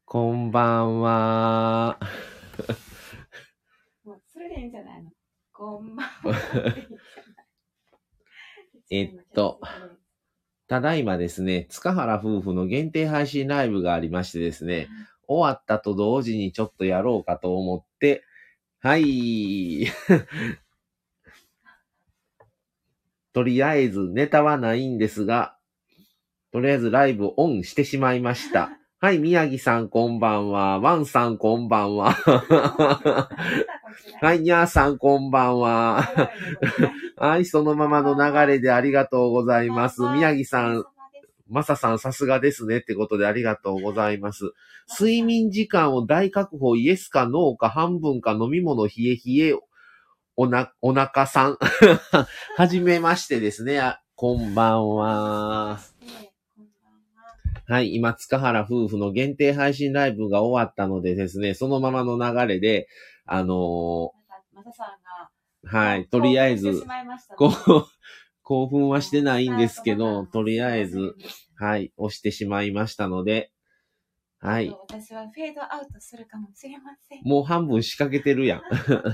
こんばんは。 もうそれでいいんじゃないの？こんばんは。 ただいまですね、塚原夫婦の限定配信ライブがありましてですね、終わったと同時にちょっとやろうかと思って、はい。とりあえずネタはないんですが、とりあえずライブオンしてしまいました。はい、宮城さんこんばんは。ワンさんこんばんは。はい、ニャーさんこんばんは。はい、そのままの流れでありがとうございます。宮城さん、マサさんさすがですねってことでありがとうございます。睡眠時間を大確保、イエスかノーか半分か飲み物冷え冷え、お腹さん。はじめましてですね。こんばんは。はい、今、塚原夫婦の限定配信ライブが終わったのでですね、そのままの流れで、 マサさんが、 はい、とりあえず、興奮はしてないんですけど、とりあえず、はい、押してしまいましたので、はい。 私はフェードアウトするかもしれません。 もう半分仕掛けてるやん。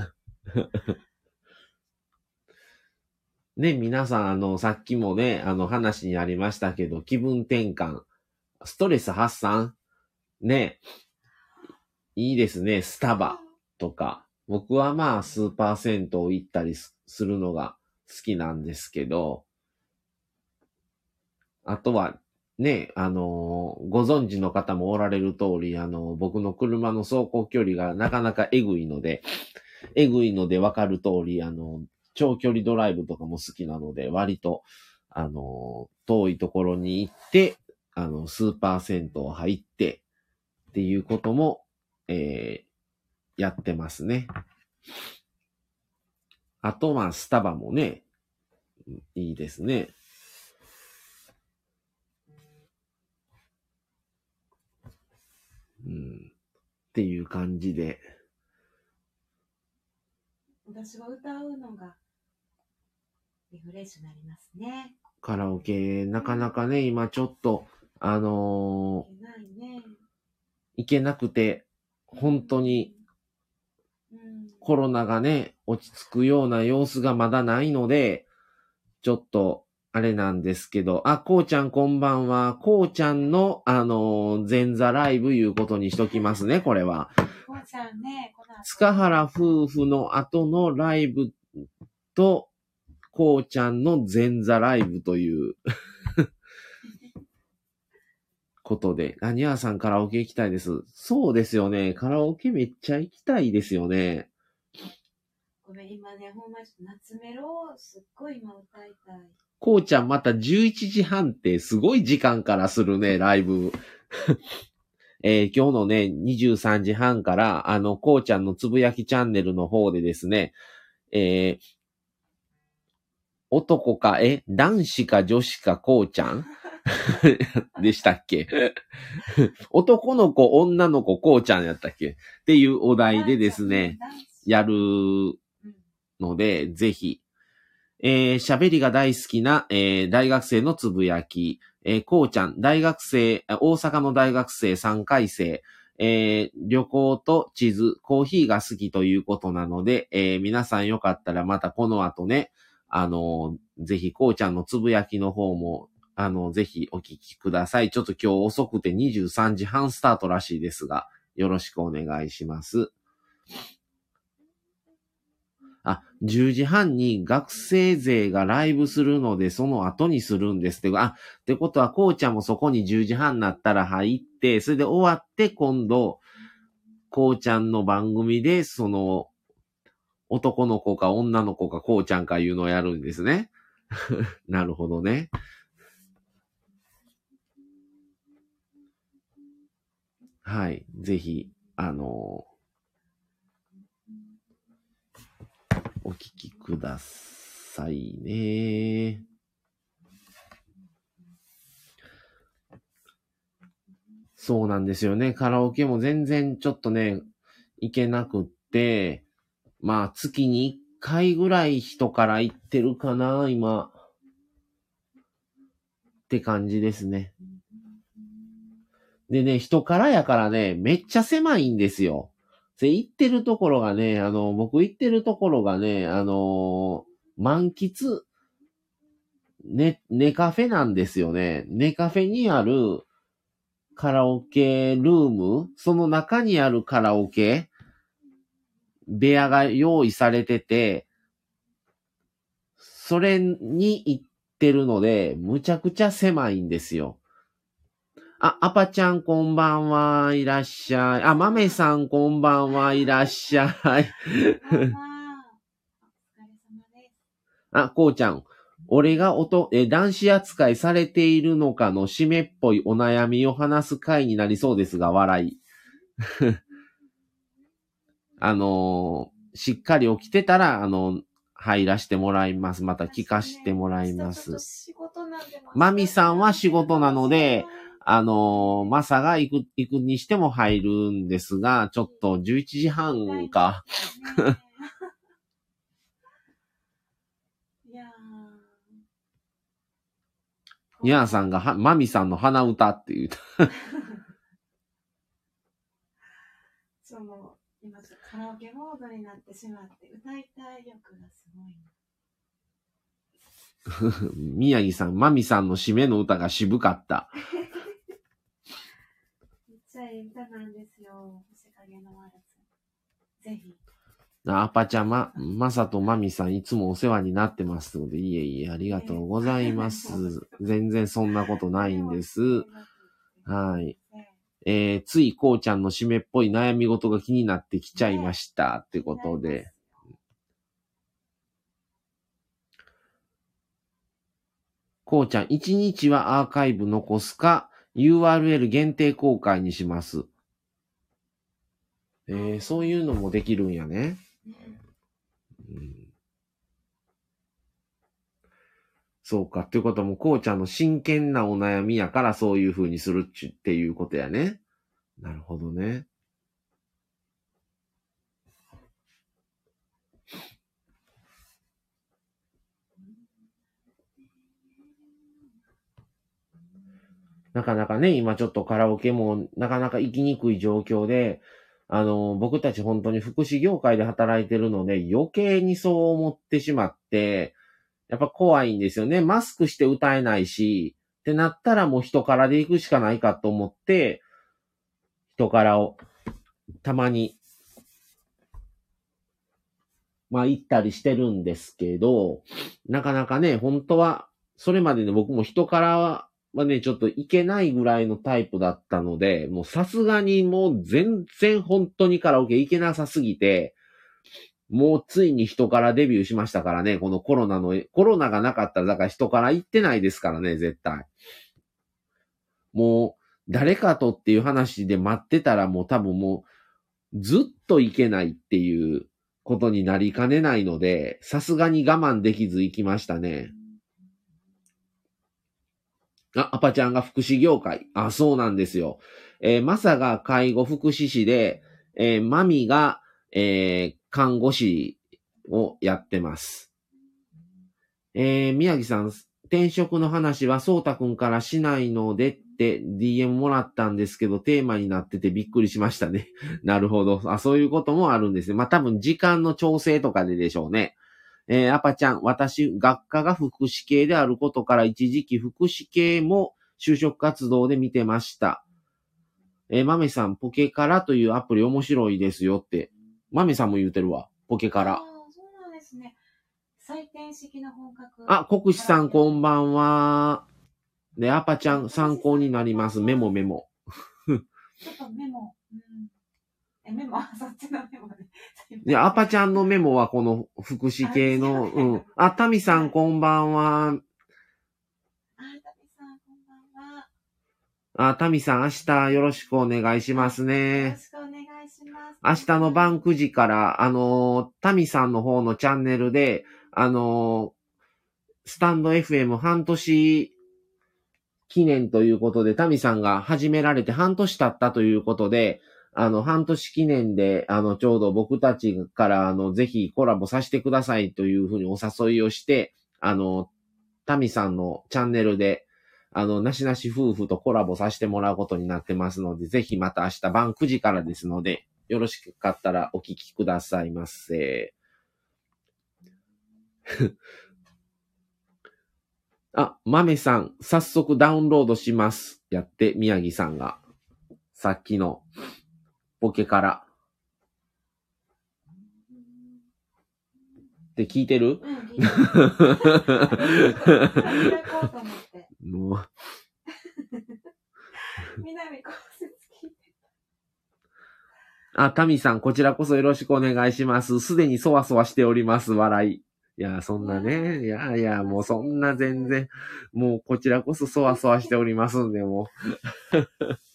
ね、皆さん、さっきもね、話にありましたけど、気分転換、ストレス発散、ね、いいですね、スタバとか。僕はまあ、スーパー銭湯行ったりするのが好きなんですけど、あとは、ね、ご存知の方もおられる通り、僕の車の走行距離がなかなかえぐいのでわかる通り、長距離ドライブとかも好きなので、割と、遠いところに行って、スーパー銭湯入って、っていうことも、やってますね。あとは、スタバもね、いいですね。っていう感じで。 私は歌うのがリフレッシュになりますね。 カラオケ、なかなかね、今ちょっと、行けなくて、本当に、コロナがね、落ち着くような様子がまだないので、ちょっと、あれなんですけど、こうちゃんこんばんは。こうちゃんの、前座ライブいうことにしときますね、これは。 こうちゃんね、 塚原夫婦の後のライブと、こうちゃんの前座ライブということで、ニャーさんカラオケ行きたいです。そうですよね。カラオケめっちゃ行きたいですよね。 ごめん、今ね、ほんまに夏メロすっごい今歌いたい。 こうちゃんまた11時半ってすごい時間からするね、ライブ。今日のね、23時半から、こうちゃんのつぶやきチャンネルの方でですね、男か、男子か女子かこうちゃんでしたっけ男の子、女の子、こうちゃんやったっけっていうお題でですね、やるので、ぜひ、喋りが大好きな、大学生のつぶやき、こうちゃん、大阪の大学生3回生、旅行と地図、コーヒーが好きということなので、皆さんよかったらまたこの後ね、ぜひこうちゃんのつぶやきの方も、ぜひお聞きください。ちょっと今日遅くて23時半スタートらしいですが、よろしくお願いします。10時半に学生勢がライブするので、その後にするんですって。ってことは、こうちゃんもそこに10時半になったら入って、それで終わって、今度、こうちゃんの番組で、男の子か女の子かこうちゃんかいうのをやるんですね。なるほどね。はい。ぜひ、お聞きくださいね。そうなんですよね。カラオケも全然ちょっとね、行けなくって、まあ月に1回ぐらい人から行ってるかな、今。って感じですね。 でね、人からやからね、めっちゃ狭いんですよ。で、行ってるところがね、僕行ってるところがね、満喫、ネカフェなんですよね。ネカフェにあるカラオケルーム、その中にあるカラオケ、部屋が用意されてて、それに行ってるので、むちゃくちゃ狭いんですよ。あ、アパちゃんこんばんはいらっしゃい。あ、マメさんこんばんはいらっしゃい。 こんばんは。お疲れ様です。 あ、こうちゃん。俺が男子扱いされているのかの締めっぽいお悩みを話す回になりそうですが、笑い。しっかり起きてたら、入らしてもらいます。また聞かしてもらいます。マミさんは仕事なので、マサが行くにしても入るんですが、ちょっと11時半か。ニャーさんがマミさんの鼻歌って言うた。 今カラオケモードになってしまって、歌いたい欲がすごい。 宮城さん、マミさんの締めの歌が渋かった。 めっちゃいい歌なんですよ。星影のワルツ。ぜひ。 アパちゃん、マサとマミさんいつもお世話になってますので、いえいえ、ありがとうございます。全然そんなことないんです。はい。ついこうちゃんの締めっぽい悩み事が気になってきちゃいました。ってことで。こうちゃん、1日はアーカイブ残すか、URL 限定公開にします。そういうのもできるんやね。そうか。っていうことはもう、こうちゃんの真剣なお悩みやからそういう風にするっていうことやね。なるほどね。なかなかね、今ちょっとカラオケもなかなか行きにくい状況で、僕たち本当に福祉業界で働いてるので、余計にそう思ってしまって、やっぱ怖いんですよね。マスクして歌えないし、ってなったらもう人からで行くしかないかと思って、人からをたまに、まあ行ったりしてるんですけど、なかなかね、本当は、それまでね、僕も人からはね、ちょっと行けないぐらいのタイプだったので、もうさすがにもう全然本当にカラオケ行けなさすぎて、もうついに人からデビューしましたからね、このコロナがなかったら、だから人から行ってないですからね、絶対。もう、誰かとっていう話で待ってたらもう多分もう、ずっと行けないっていうことになりかねないので、さすがに我慢できず行きましたね。アパちゃんが福祉業界。そうなんですよ。マサが介護福祉士で、マミが、看護師をやってます。宮城さん、転職の話はそうたくんからしないのでって DM もらったんですけど、テーマになっててびっくりしましたね。なるほど。そういうこともあるんですね。まあ、多分時間の調整とかでしょうね。アパちゃん、私、学科が福祉系であることから一時期福祉系も就職活動で見てました。マメさん、ポケカラというアプリ面白いですよって。マメさんも言うてるわ。ポケカラ。 そうなんですね。採点式の本格。 国士さんこんばんは。で、アパちゃん参考になります。メモ。 ちょっとメモ。メモ、そっちのメモね。 で、アパちゃんのメモはこの福祉系の、タミさんこんばんは。タミさん明日よろしくお願いしますね。 よろしくお願いします。 明日の晩9時から、タミさんの方のチャンネルで、スタンド FM 半年記念ということで、タミさんが始められて半年経ったということで、半年記念で、ちょうど僕たちから、ぜひコラボさせてくださいというふうにお誘いをして、タミさんのチャンネルで、 なしなし夫婦とコラボさせてもらうことになってますので、ぜひまた明日晩9時からですので、よろしかったらお聞きくださいませ。あ、豆さん、早速ダウンロードします。やって、宮城さんが。さっきのボケから。って聞いてる？ うん、聞いてる。開こうと思って。 もう。 南こうせつ聞いてあ、タミさん、こちらこそよろしくお願いします。すでにそわそわしております。笑い。いや、そんなね。いやいや、もうそんな全然、もうこちらこそそわそわしておりますんで、もう。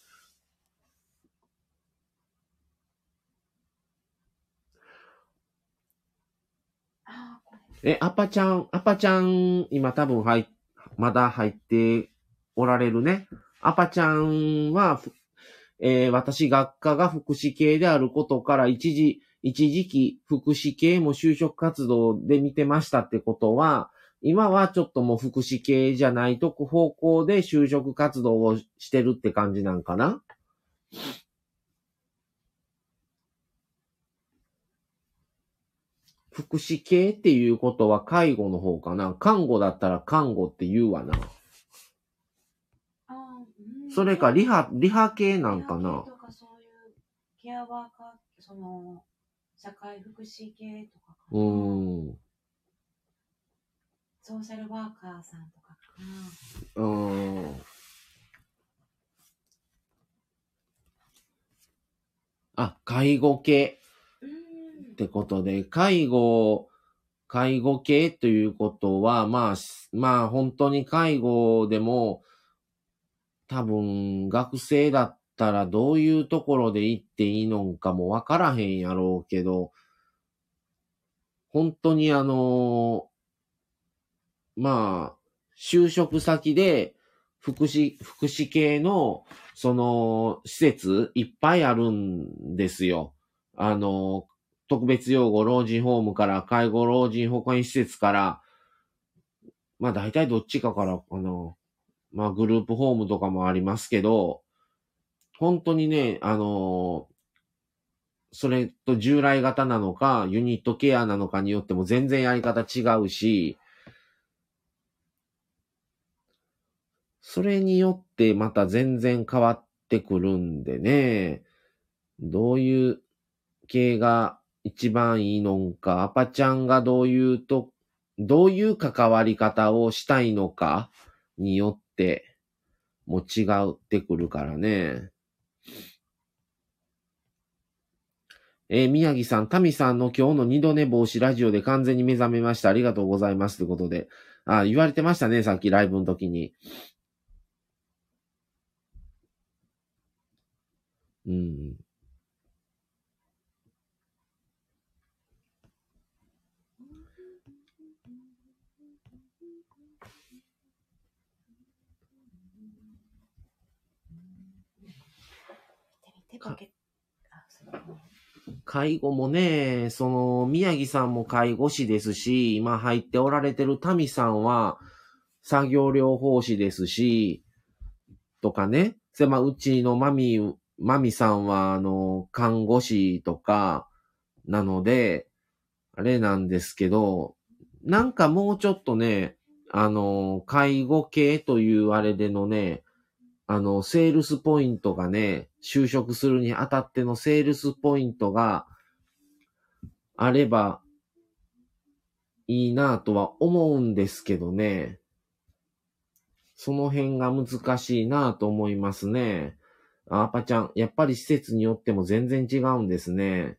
アパちゃん、今多分まだ入っておられるね。アパちゃんは、私学科が福祉系であることから一時期福祉系も就職活動で見てましたってことは、今はちょっともう福祉系じゃないとこ方向で就職活動をしてるって感じなんかな？福祉系っていうことは介護の方かな？看護だったら看護って言うわな。それかリハ系なんかな？ とかそういうケアワーカー、その社会福祉系とかかな。ソーシャルワーカーさんとかかな。 あ、介護系ってことで、介護系ということは、まあ本当に介護でも、多分学生だったらどういうところで行っていいのかもわからへんやろうけど、本当にまあ、就職先で福祉系の、施設いっぱいあるんですよ。特別養護老人ホームから介護老人保健施設から、まあ大体どっちかからまあグループホームとかもありますけど、本当にね、それと従来型なのか、ユニットケアなのかによっても全然やり方違うし、それによってまた全然変わってくるんでね、どういう系が一番いいのか、アパちゃんがどういう関わり方をしたいのかによっても違ってくるからね。宮城さん、タミさんの今日の二度寝防止ラジオで完全に目覚めました。ありがとうございます。ということで。言われてましたね、さっきライブの時に。うん。介護もね、宮城さんも介護士ですし、今入っておられてるタミさんは作業療法士ですし、とかね。うちのマミさんは、看護師とか、なので、あれなんですけど、なんかもうちょっとね、介護系というあれでのね、セールスポイントがね、就職するにあたってのセールスポイントがあればいいなとは思うんですけどね。その辺が難しいなと思いますね。アパちゃん、やっぱり施設によっても全然違うんですね。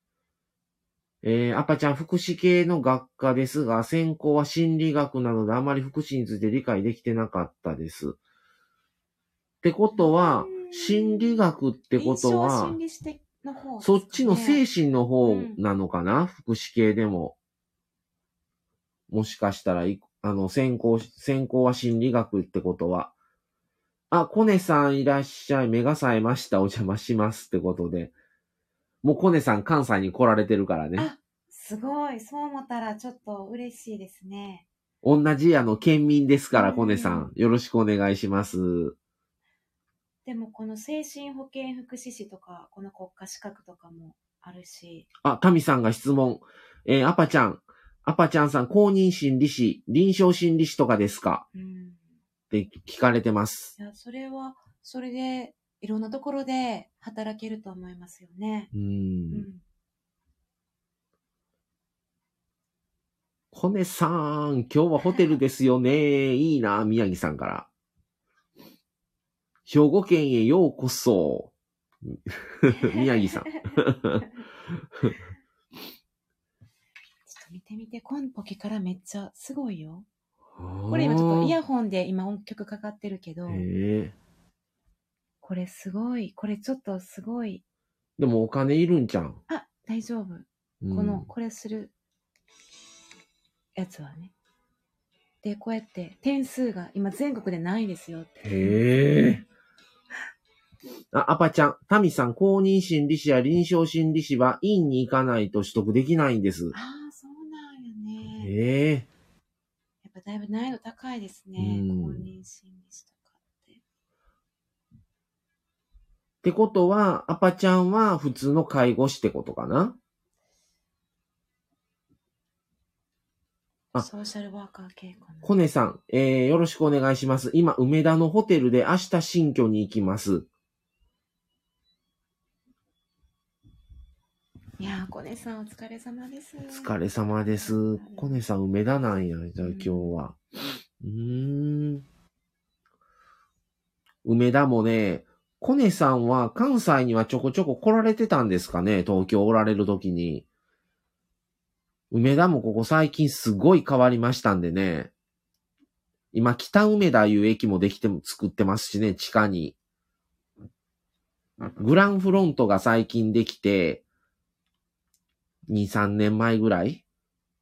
アパちゃん、福祉系の学科ですが、専攻は心理学なのであまり福祉について理解できてなかったです。ってことは、心理学ってことは、そっちの精神の方なのかな、福祉系でも。もしかしたら、専攻は心理学ってことは。コネさんいらっしゃい。目が冴えました。お邪魔しますってことで。もうコネさん関西に来られてるからね。 すごい。そう思ったらちょっと嬉しいですね。 同じ県民ですから、 うんコネさん。よろしくお願いします。 でもこの精神保健福祉士とか、この国家資格とかもあるし。 あ、タミさんが質問。アパちゃんさん、公認心理師、臨床心理士とかですかって聞かれてます。 いや、それは、それで、いろんなところで働けると思いますよね。 コネさん、今日はホテルですよね。いいな、宮城さんから。兵庫県へようこそ。宮城さん。ちょっと見てみて、コンポケからめっちゃすごいよ。これ今ちょっとイヤホンで今音曲かかってるけど、これすごい。これちょっとすごい。 でもお金いるんじゃん。 あ、大丈夫。これするやつはね。で、こうやって点数が今全国でないですよって。 へえ。アパちゃん、タミさん、公認心理師や臨床心理師は院に行かないと取得できないんです。 ああ、そうなんよね。 へえ。 やっぱだいぶ難易度高いですね。公認心理師とかって。 ってことは、アパちゃんは普通の介護士ってことかな？ ソーシャルワーカー系かな。 コネさん、よろしくお願いします。今、梅田のホテルで明日新居に行きます。 いやー、コネさんお疲れ様です。 お疲れ様です。コネさん梅田なんや、じゃあ今日は。梅田もね、コネさんは関西にはちょこちょこ来られてたんですかね、東京おられるときに。梅田もここ最近すごい変わりましたんでね。今、北梅田いう駅もできても作ってますしね、地下に。グランフロントが最近できて、2、3年前ぐらい。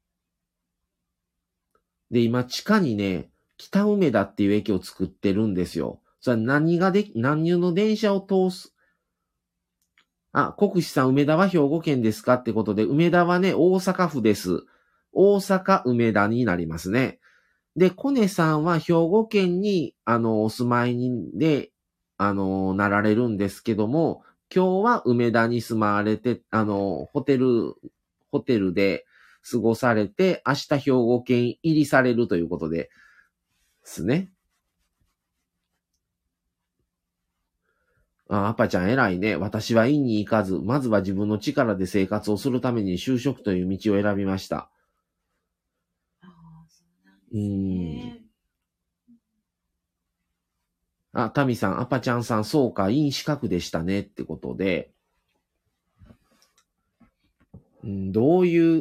で、今、地下にね、北梅田っていう駅を作ってるんですよ。それは何の電車を通す。あ、国士さん、梅田は兵庫県ですかってことで、梅田はね、大阪府です。大阪梅田になりますね。で、コネさんは兵庫県に、お住まいで、なられるんですけども、今日は梅田に住まわれて、ホテルで過ごされて、明日兵庫県入りされるということですね。アパちゃん偉いね。私は院に行かず、まずは自分の力で生活をするために就職という道を選びました。 ああ、そうなんですね。 タミさん、アパちゃんさん、そうか、院資格でしたねってことで、どういう、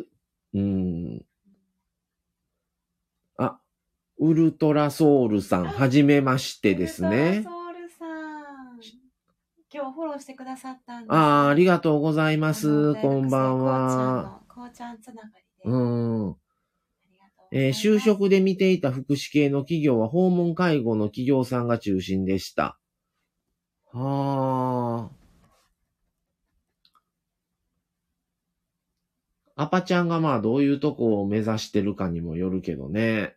ウルトラソウルさん、はじめましてですね。 ウルトラソウルさん。今日フォローしてくださったんです。 ありがとうございます。こんばんは。 こうちゃんつながりで。就職で見ていた福祉系の企業は訪問介護の企業さんが中心でした。アパちゃんがまあどういうとこを目指してるかにもよるけどね。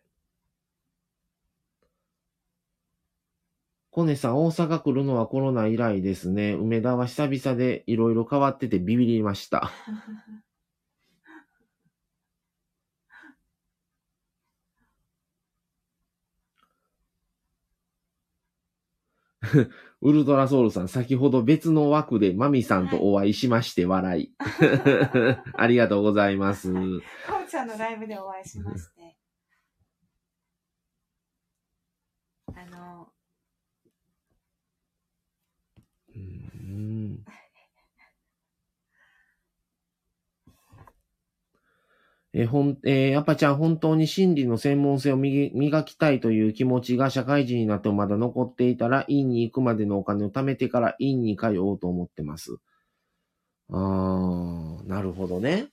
コネさん、大阪来るのはコロナ以来ですね。梅田は久々でいろいろ変わっててビビりました。ウルトラソウルさん、先ほど別の枠でマミさんとお会いしまして笑い。ありがとうございます。 こうちゃんのライブでお会いしまして。 アパちゃん、本当に心理の専門性を磨きたいという気持ちが社会人になってもまだ残っていたら、院に行くまでのお金を貯めてから院に通おうと思ってます。なるほどね。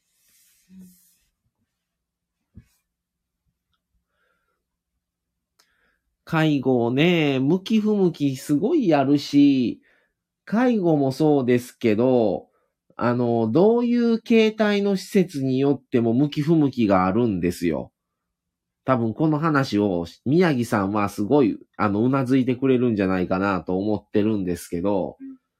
介護をね、向き不向きすごいやるし、介護もそうですけど、どういう形態の施設によっても向き不向きがあるんですよ。 多分この話を宮城さんはすごい、うなずいてくれるんじゃないかなと思ってるんですけど、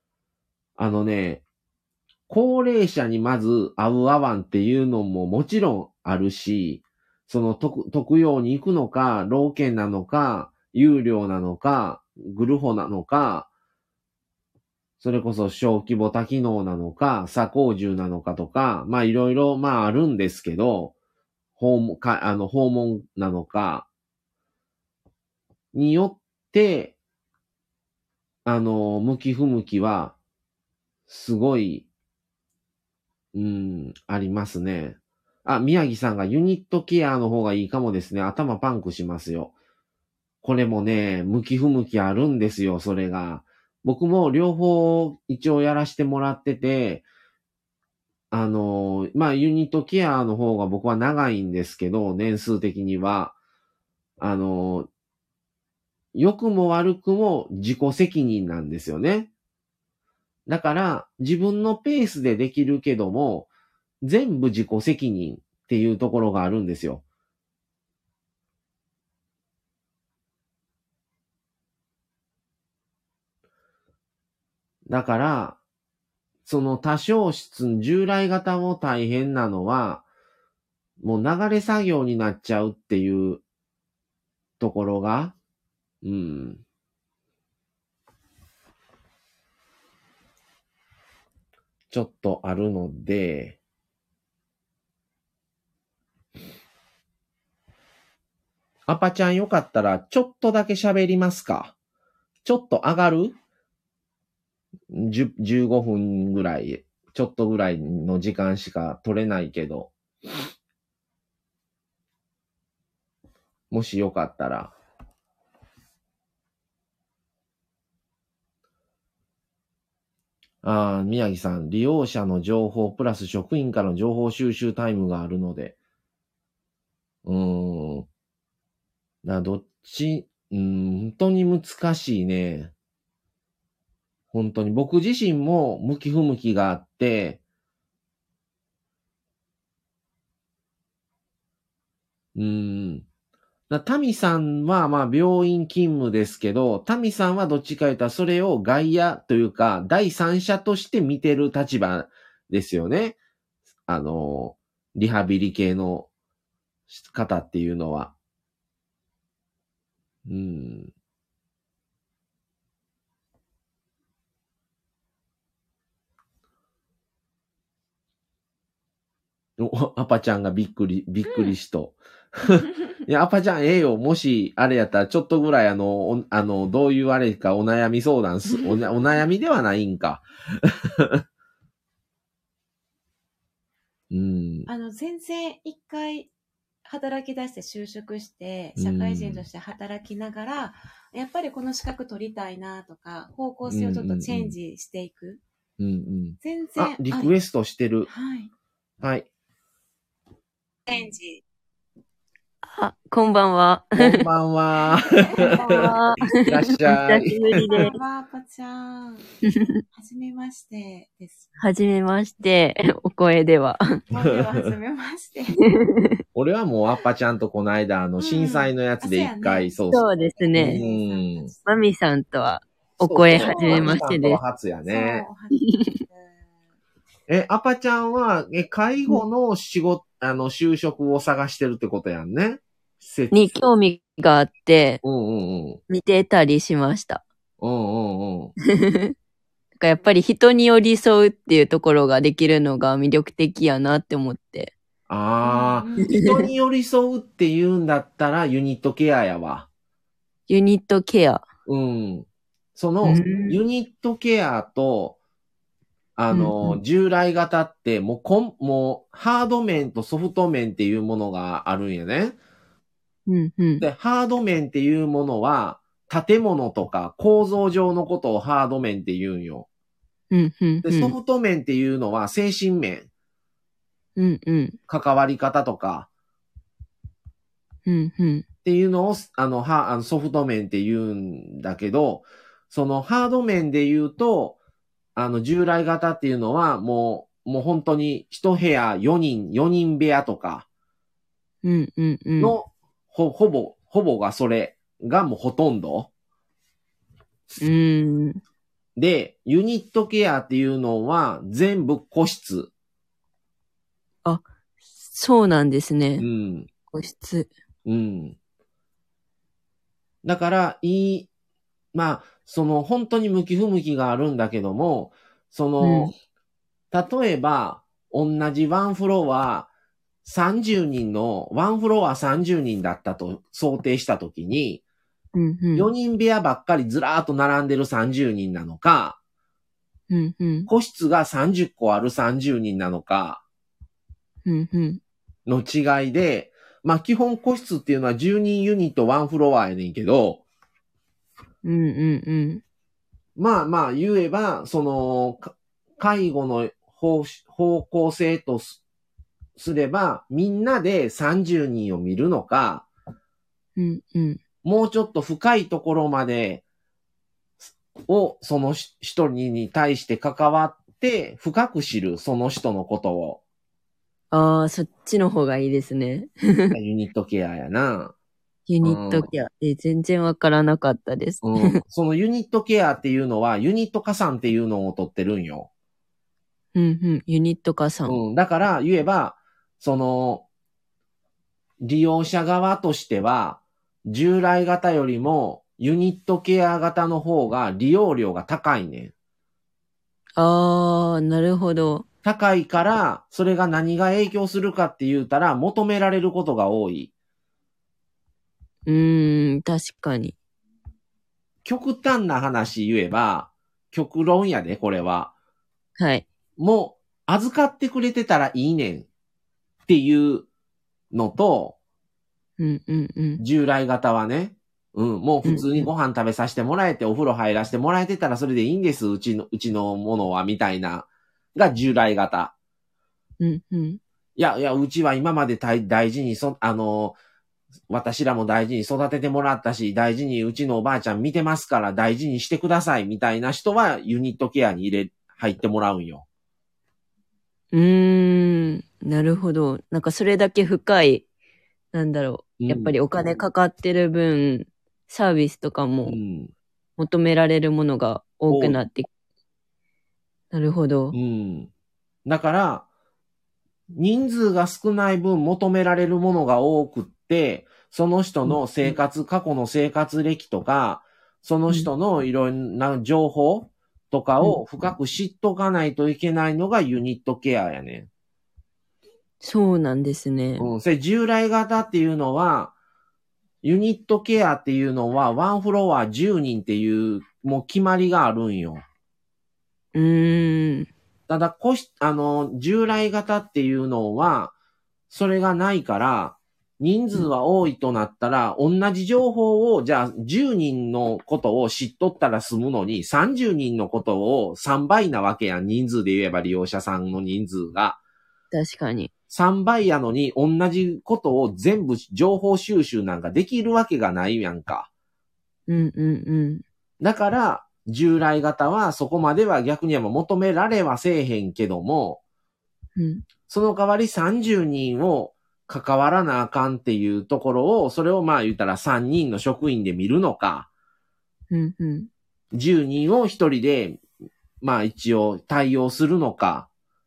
高齢者にまず合う合わんっていうのももちろんあるし、その特養に行くのか、老犬なのか、有料なのか、グルホなのか、それこそ小規模多機能なのか、鎖高獣なのかとか、まあいろいろまああるんですけど、訪問なのか、によって、向き不向きは、すごい、ありますね。あ、宮城さんがユニットケアの方がいいかもですね。頭パンクしますよ。これもね、向き不向きあるんですよ、それが。僕も両方一応やらせてもらってて、まあ、ユニットケアの方が僕は長いんですけど、年数的には。良くも悪くも自己責任なんですよね。だから、自分のペースでできるけども、全部自己責任っていうところがあるんですよ。だから、その多少質、従来型も大変なのは、もう流れ作業になっちゃうっていうところが、ちょっとあるので、アパちゃんよかったら、ちょっとだけ喋りますか？ちょっと上がる？ 15 分ぐらい、ちょっとぐらいの時間しか取れないけど、もしよかったら。宮城さん、利用者の情報プラス職員からの情報収集タイムがあるので、どっち、本当に難しいね。本当に。僕自身も向き不向きがあって、タミさんはまあ病院勤務ですけど、タミさんはどっちか言ったらそれを外野というか第三者として見てる立場ですよね。リハビリ系の方っていうのは。アパちゃんがびっくりしと。いや、アパちゃんええよ。もし、あれやったら、ちょっとぐらいどういうあれかお悩み相談お悩みではないんか。 全然一回働き出して就職して、社会人として働きながら、やっぱりこの資格取りたいなとか、方向性をちょっとチェンジしていく。全然。 リクエストしてる。 はい。 はい。 チェンジ。 こんばんは。 こんばんは。いらっしゃい。 久しぶりです。 こんばんは、アパちゃん。はじめましてです。 はじめまして、お声では。 はじめまして。 俺はもうアパちゃんとこの間、震災のやつで一回、 そうですね。マミさんとは、お声はじめましてです。 初やね。アパちゃんは、介護の仕事、就職を探してるってことやんね。 に興味があって、見てたりしました。やっぱり人に寄り添うっていうところができるのが魅力的やなって思って。 人に寄り添うっていうんだったらユニットケアやわ。 ユニットケア。 その、ユニットケアと、従来型って、もう、ハード面とソフト面っていうものがあるんやね。で、ハード面っていうものは、建物とか構造上のことをハード面って言うんよ。で、ソフト面っていうのは精神面。関わり方とか。っていうのを、ソフト面って言うんだけど、そのハード面で言うと、従来型っていうのは、もう本当に一部屋4人部屋とかのほぼがそれがもうほとんど。で、ユニットケアっていうのは全部個室。 あ、そうなんですね。 うん。 個室。 うん。だから、まあ、本当に向き不向きがあるんだけども、例えば、同じワンフロア30人の、ワンフロア30人だったと想定したときに、4人部屋ばっかりずらーっと並んでる30人なのか、個室が30個ある30人なのか、の違いで、まあ基本個室っていうのは10人ユニットワンフロアやねんけど、まあまあ言えば、介護の方向性とすれば、みんなで30人を見るのか、もうちょっと深いところまでその人に対して関わって深く知る、その人のことを。 ああ、そっちの方がいいですね。 ユニットケアやな。 ユニットケア。全然わからなかったです。 そのユニットケアっていうのは、ユニット加算っていうのを取ってるんよ。 ユニット加算。 だから言えば、利用者側としては、従来型よりもユニットケア型の方が利用料が高いねん。 ああ、なるほど。 高いから、それが何が影響するかって言うたら、求められることが多い。 確かに。 極端な話言えば、極論やで、これは。 はい。 もう、預かってくれてたらいいねんっていうのと、従来型はね、もう普通にご飯食べさせてもらえて、お風呂入らせてもらえてたらそれでいいんです、うちのものは、みたいな、が従来型。いや、うちは今まで大事に私らも大事に育ててもらったし、大事にうちのおばあちゃん見てますから大事にしてくださいみたいな人はユニットケアに入ってもらうんよ。 なるほど。なんかそれだけ深い、なんだろう。やっぱりお金かかってる分、サービスとかも求められるものが多くなって。なるほど。 だから、人数が少ない分求められるものが多くって、その人の過去の生活歴とか、その人のいろんな情報とかを深く知っとかないといけないのがユニットケアやね。 そうなんですね。 それ従来型っていうのは、ユニットケアっていうのは、ワンフロア10人っていう、もう決まりがあるんよ。ただ、従来型っていうのは、それがないから、人数は多いとなったら、同じ情報を、じゃあ10人のことを知っとったら済むのに、30人のことを3倍なわけやん。人数で言えば利用者さんの人数が。 確かに。 3倍やのに、同じことを全部情報収集なんかできるわけがないやんか。だから、従来型はそこまでは逆には求められはせえへんけども、その代わり30人を関わらなあかんっていうところを、それをまあ言ったら3人の職員で見るのか、10人を1人で、まあ一応対応するのか、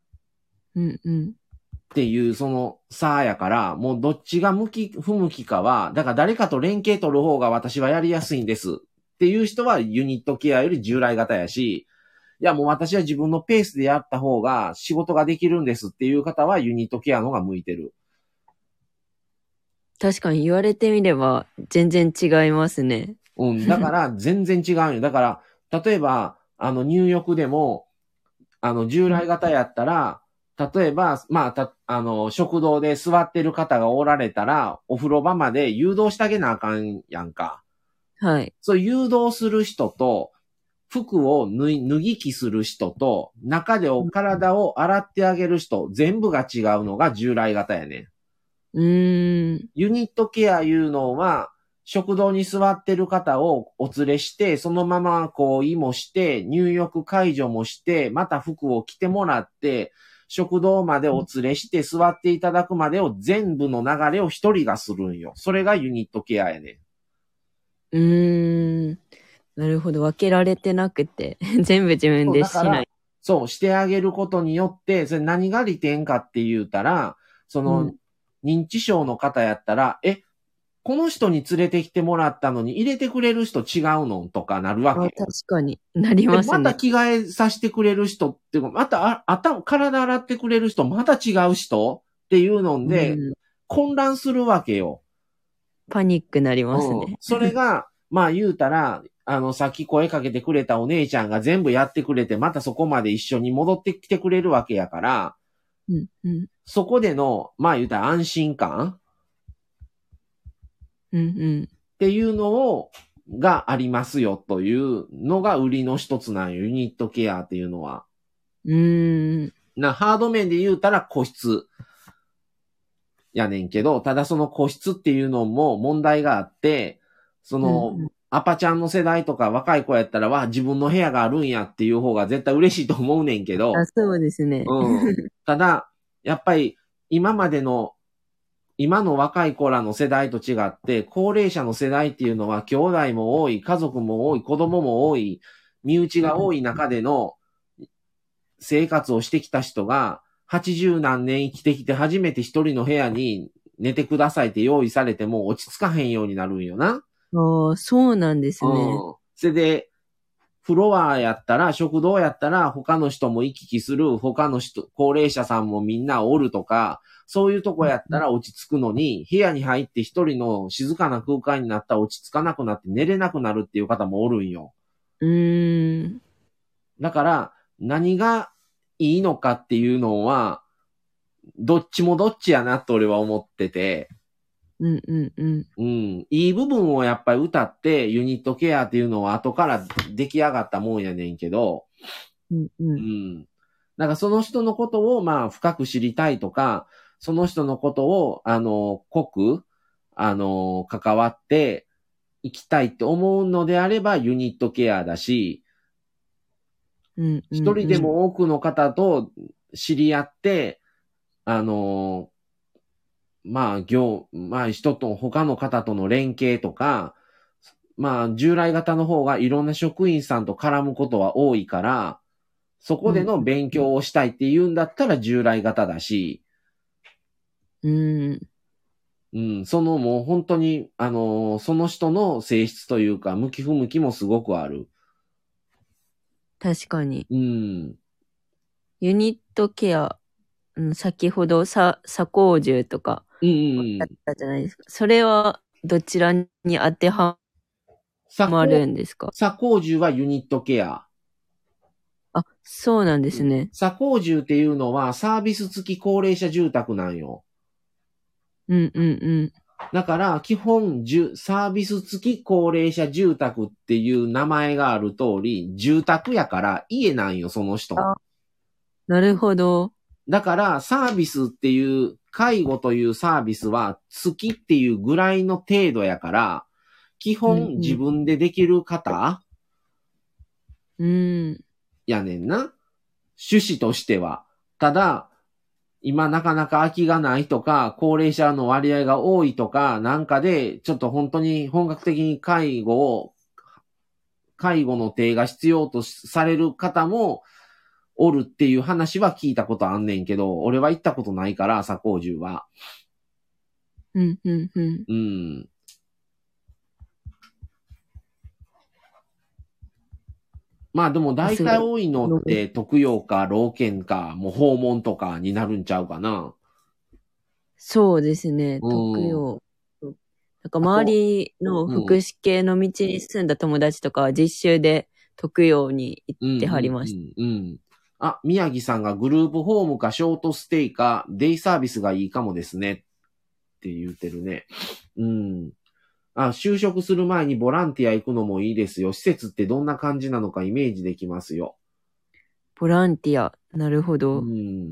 っていうその差やから、もうどっちが不向きかは、だから誰かと連携取る方が私はやりやすいんです。っていう人はユニットケアより従来型やし、いやもう私は自分のペースでやった方が仕事ができるんですっていう方はユニットケアの方が向いてる。 確かに言われてみれば全然違いますね。 だから全然違うよ。だから、例えば、入浴でも、従来型やったら、例えば、まあ、食堂で座ってる方がおられたら、お風呂場まで誘導してあげなあかんやんか。 はい。 そう誘導する人と、服を脱ぎ着する人と、中で体を洗ってあげる人、全部が違うのが従来型やね。ユニットケアいうのは、食堂に座ってる方をお連れして、そのまま更衣もして、入浴解除もして、また服を着てもらって、 食堂までお連れして座っていただくまでを全部の流れを一人がするんよ。それがユニットケアやね。 なるほど。分けられてなくて、全部自分でしない。 そう、してあげることによって、それ何が利点かって言うたら、認知症の方やったら、この人に連れてきてもらったのに入れてくれる人違うのとかなるわけ。 確かになりますね。 また着替えさせてくれる人っていうか、また体洗ってくれる人、また違う人っていうので、混乱するわけよ。 パニックなりますね。 それが、まあ言うたら、さっき声かけてくれたお姉ちゃんが全部やってくれて、またそこまで一緒に戻ってきてくれるわけやから、そこでの、まあ言うたら安心感っていうのがありますよというのが売りの一つなんよ、ユニットケアっていうのは。ハード面で言うたら個室やねんけど、ただその個室っていうのも問題があって、アパちゃんの世代とか若い子やったら自分の部屋があるんやっていう方が絶対嬉しいと思うねんけど。 そうですね。 ただ、やっぱり今の若い子らの世代と違って、高齢者の世代っていうのは兄弟も多い、家族も多い、子供も多い、身内が多い中での生活をしてきた人が、80何年生きてきて初めて一人の部屋に寝てくださいって用意されても落ち着かへんようになるんよな。 そうなんですね。 それで、フロアやったら、食堂やったら、他の人も行き来する、他の人、高齢者さんもみんなおるとか、そういうとこやったら落ち着くのに、部屋に入って一人の静かな空間になったら落ち着かなくなって寝れなくなるっていう方もおるんよ。だから、何がいいのかっていうのは、どっちもどっちやなと俺は思ってて、いい部分をやっぱり歌って、ユニットケアっていうのは後から出来上がったもんやねんけど、だからその人のことを深く知りたいとか、その人のことを濃く関わっていきたいって思うのであればユニットケアだし、一人でも多くの方と知り合って、人と他の方との連携とか、従来型の方がいろんな職員さんと絡むことは多いから、そこでの勉強をしたいって言うんだったら従来型だし、もう本当に、その人の性質というか、向き不向きもすごくある。 確かに。ユニットケア、先ほど左高獣とか、だったじゃないですか。それはどちらに当てはまるんですか？ 左高獣はユニットケア。 そうなんですね。 左高獣っていうのはサービス付き高齢者住宅なんよ。だから、基本、サービス付き高齢者住宅っていう名前がある通り、住宅やから家なんよ、その人。 なるほど。 だから、サービスっていう、介護というサービスは、月っていうぐらいの程度やから、基本自分でできる方、やねんな。趣旨としては。ただ、今なかなか空きがないとか、高齢者の割合が多いとか、なんかで、ちょっと本当に本格的に介護の手が必要とされる方もおるっていう話は聞いたことあんねんけど、俺は行ったことないから、左高獣は。でも大体多いのって特養か老犬か、もう訪問とかになるんちゃうかな。 そうですね、特養。なんか周りの福祉系の道に住んだ友達とかは実習で特養に行ってはりました。 宮城さんがグループホームかショートステイかデイサービスがいいかもですねって言ってるね。就職する前にボランティア行くのもいいですよ。施設ってどんな感じなのかイメージできますよ。 ボランティア。なるほど。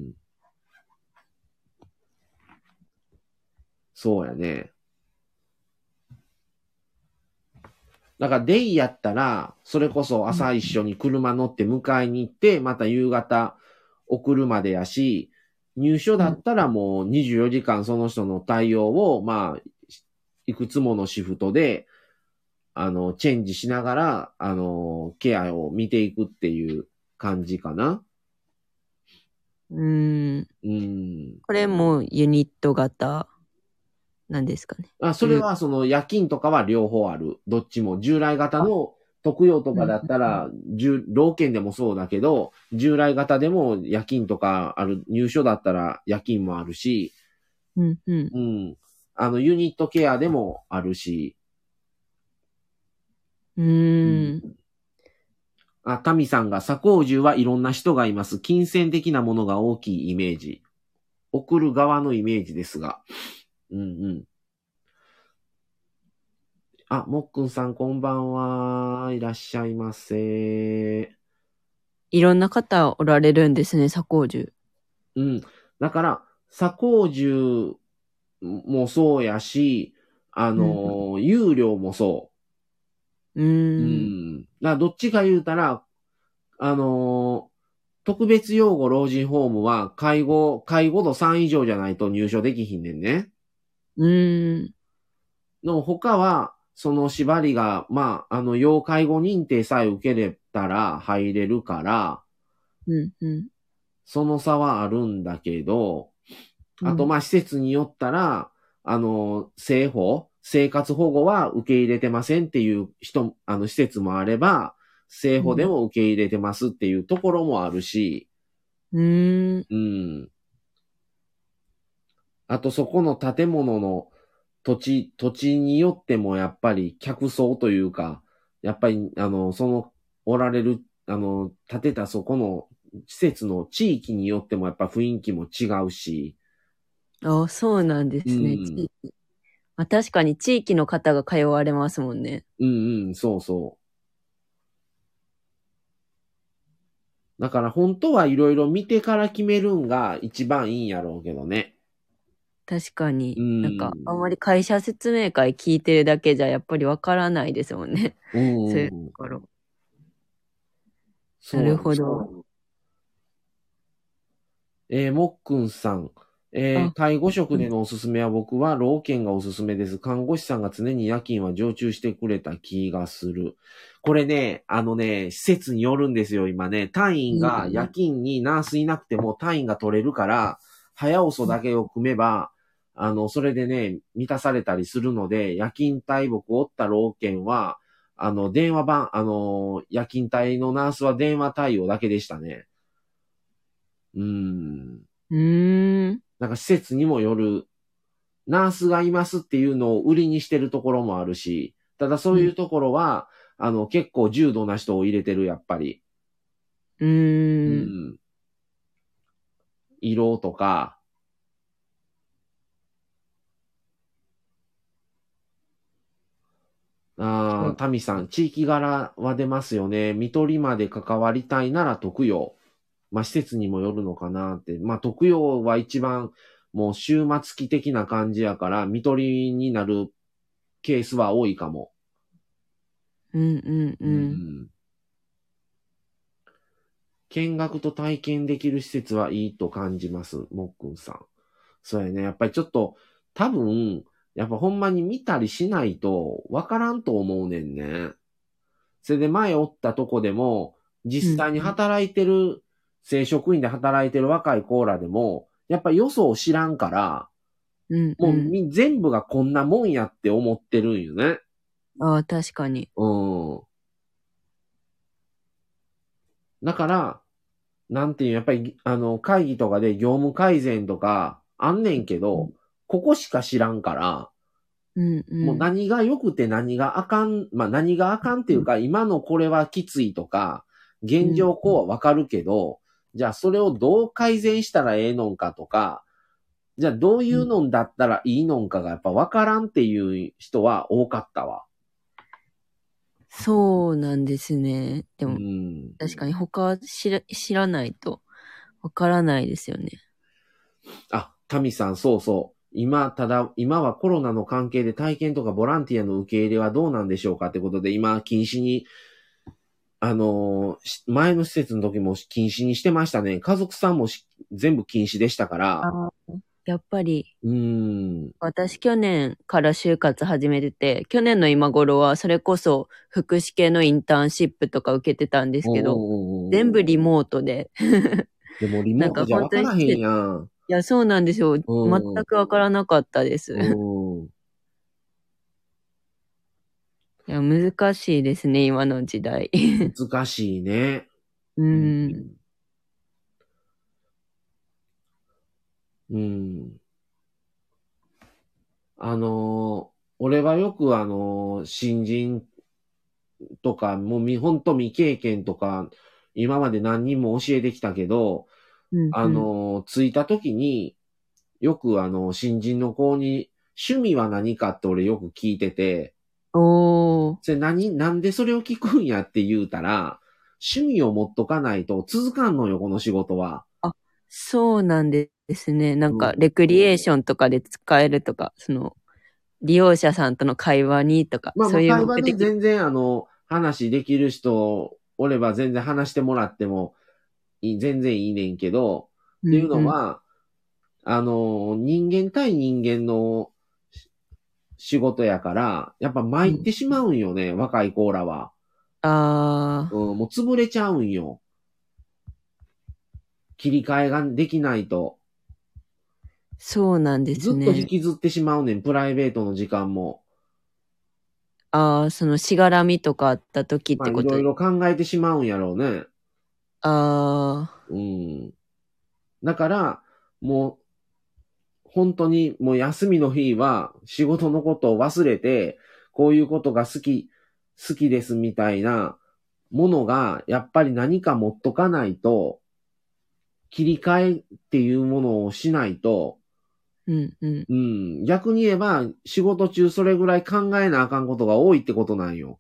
そうやね。だからデイやったら、それこそ朝一緒に車乗って迎えに行って、また夕方送るまでやし、入所だったらもう24時間その人の対応を、まあ、いくつものシフトで、チェンジしながら、ケアを見ていくっていう感じかな。 これもユニット型なんですかね。 それは夜勤とかは両方ある。どっちも。従来型の特養とかだったら、老犬でもそうだけど、従来型でも夜勤とかある、入所だったら夜勤もあるし、ユニットケアでもあるし。タミさんが左高獣はいろんな人がいます。金銭的なものが大きいイメージ。送る側のイメージですが。もっくんさんこんばんは。いらっしゃいませ。 いろんな方おられるんですね、左高獣。 だから、左高獣もそうやし、有料もそう。だからどっちか言うたら、特別養護老人ホームは介護度3以上じゃないと入所できひんねんね。の他は、その縛りが、まあ、要介護認定さえ受けれたら入れるから、その差はあるんだけど、あと、まあ、施設によったら、生活保護は受け入れてませんっていう施設もあれば、生保でも受け入れてますっていうところもあるし、あと、そこの建物の土地によってもやっぱり客層というか、やっぱり、おられる、建てたそこの施設の地域によってもやっぱ雰囲気も違うし。 そうなんですね。地域。確かに地域の方が通われますもんね。 そうそう。だから本当はいろいろ見てから決めるんが一番いいんやろうけどね。 確かに。なんか、あんまり会社説明会聞いてるだけじゃやっぱりわからないですもんね。そういうところ。なるほど。 もっくんさん。介護職でのおすすめは僕は老犬がおすすめです。看護師さんが常に夜勤は常駐してくれた気がする。これね、施設によるんですよ、今ね。隊員が夜勤にナースいなくても隊員が取れるから、早遅だけを組めば、それでね、満たされたりするので、夜勤隊僕おった老犬は、電話番、夜勤隊のナースは電話対応だけでしたね。なんか施設にもよる、ナースがいますっていうのを売りにしてるところもあるし、ただそういうところは、結構重度な人を入れてる、やっぱり。色とか、タミさん、地域柄は出ますよね。看取りまで関わりたいなら特養。まあ、施設にもよるのかなって。まあ、特養は一番、もう終末期的な感じやから、看取りになるケースは多いかも。見学と体験できる施設はいいと感じます。もっくんさん。そうやね。やっぱりちょっと、多分、やっぱほんまに見たりしないとわからんと思うねんね。それで前おったとこでも、実際に働いてる、正職員で働いてる若いコーラでも、やっぱよそを知らんから、もう全部がこんなもんやって思ってるんよね。 確かに。 だから、なんていう、やっぱり、会議とかで業務改善とかあんねんけど、ここしか知らんから、もう何が良くて何があかん、まあ何があかんっていうか、今のこれはきついとか、現状こうはわかるけど、じゃあそれをどう改善したらええのんかとか、じゃあどういうのんだったらいいのんかがやっぱわからんっていう人は多かったわ。 そうなんですね。でも、確かに他知らないとわからないですよね。 タミさん、そうそう。今はコロナの関係で体験とかボランティアの受け入れはどうなんでしょうかってことで、今、禁止に、 前の施設の時も禁止にしてましたね。家族さんも全部禁止でしたから。 やっぱり。私去年から就活始めてて、去年の今頃はそれこそ福祉系のインターンシップとか受けてたんですけど、全部リモートで。 でもリモートじゃ分からへんやん。 いや、そうなんですよ。全く分からなかったです。いや、難しいですね、今の時代。 難しいね。俺はよく新人とか、もうほんと未経験とか、今まで何人も教えてきたけど、着いた時に、よく新人の子に、趣味は何かって俺よく聞いてて、それなんでそれを聞くんやって言うたら、趣味を持っとかないと続かんのよ、この仕事は。 あ、そうなんですね。なんか、レクリエーションとかで使えるとか、利用者さんとの会話にとか、そういう会話で全然話できる人おれば全然話してもらっても全然いいねんけど、っていうのは、人間対人間の仕事やから、やっぱ参ってしまうんよね、若い子らは。もう潰れちゃうんよ。切り替えができないと。 そうなんですね。 ずっと引きずってしまうねん、プライベートの時間も。 しがらみとかあった時ってこといろいろ考えてしまうんやろうね。だから、もう、本当にもう休みの日は仕事のことを忘れて、こういうことが好きですみたいなものが、やっぱり何か持っとかないと、切り替えっていうものをしないと、逆に言えば、仕事中それぐらい考えなあかんことが多いってことなんよ。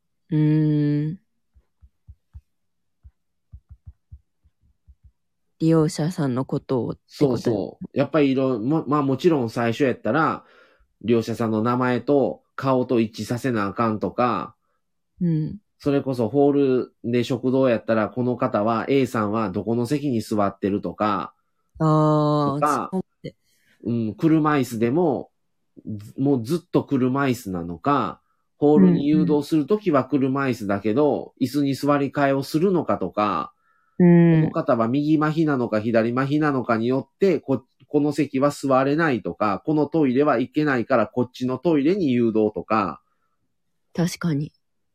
利用者さんのことをってこと。 そう。やっぱりもちろん最初やったら、利用者さんの名前と顔と一致させなあかんとか、それこそホールで食堂やったら、この方は A さんはどこの席に座ってるとか、車椅子でも、もうずっと車椅子なのか、ホールに誘導するときは車椅子だけど、椅子に座り替えをするのかとか、この方は右麻痺なのか左麻痺なのかによって、この席は座れないとか、このトイレは行けないからこっちのトイレに誘導とか。 確かに。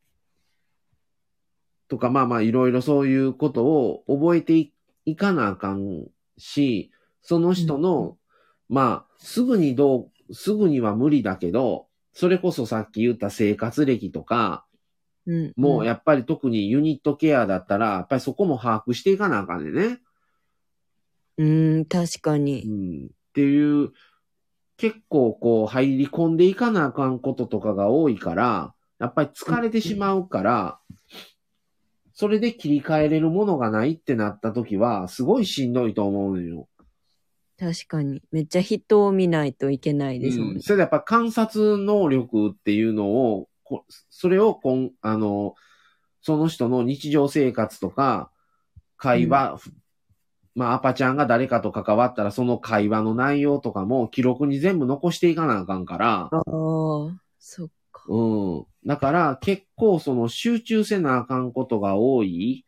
とか、いろいろそういうことを覚えていかなあかんし、その人の、すぐには無理だけど、それこそさっき言った生活歴とか、もうやっぱり特にユニットケアだったら、やっぱりそこも把握していかなあかんね。 確かに。 っていう、結構入り込んでいかなあかんこととかが多いから、やっぱり疲れてしまうから、それで切り替えれるものがないってなった時は、すごいしんどいと思うのよ。 確かに。めっちゃ人を見ないといけないですもんね。 それでやっぱ観察能力っていうのを、それをその人の日常生活とか、会話、アパちゃんが誰かと関わったら、その会話の内容とかも記録に全部残していかなあかんから。 そっか。 だから、結構集中せなあかんことが多い。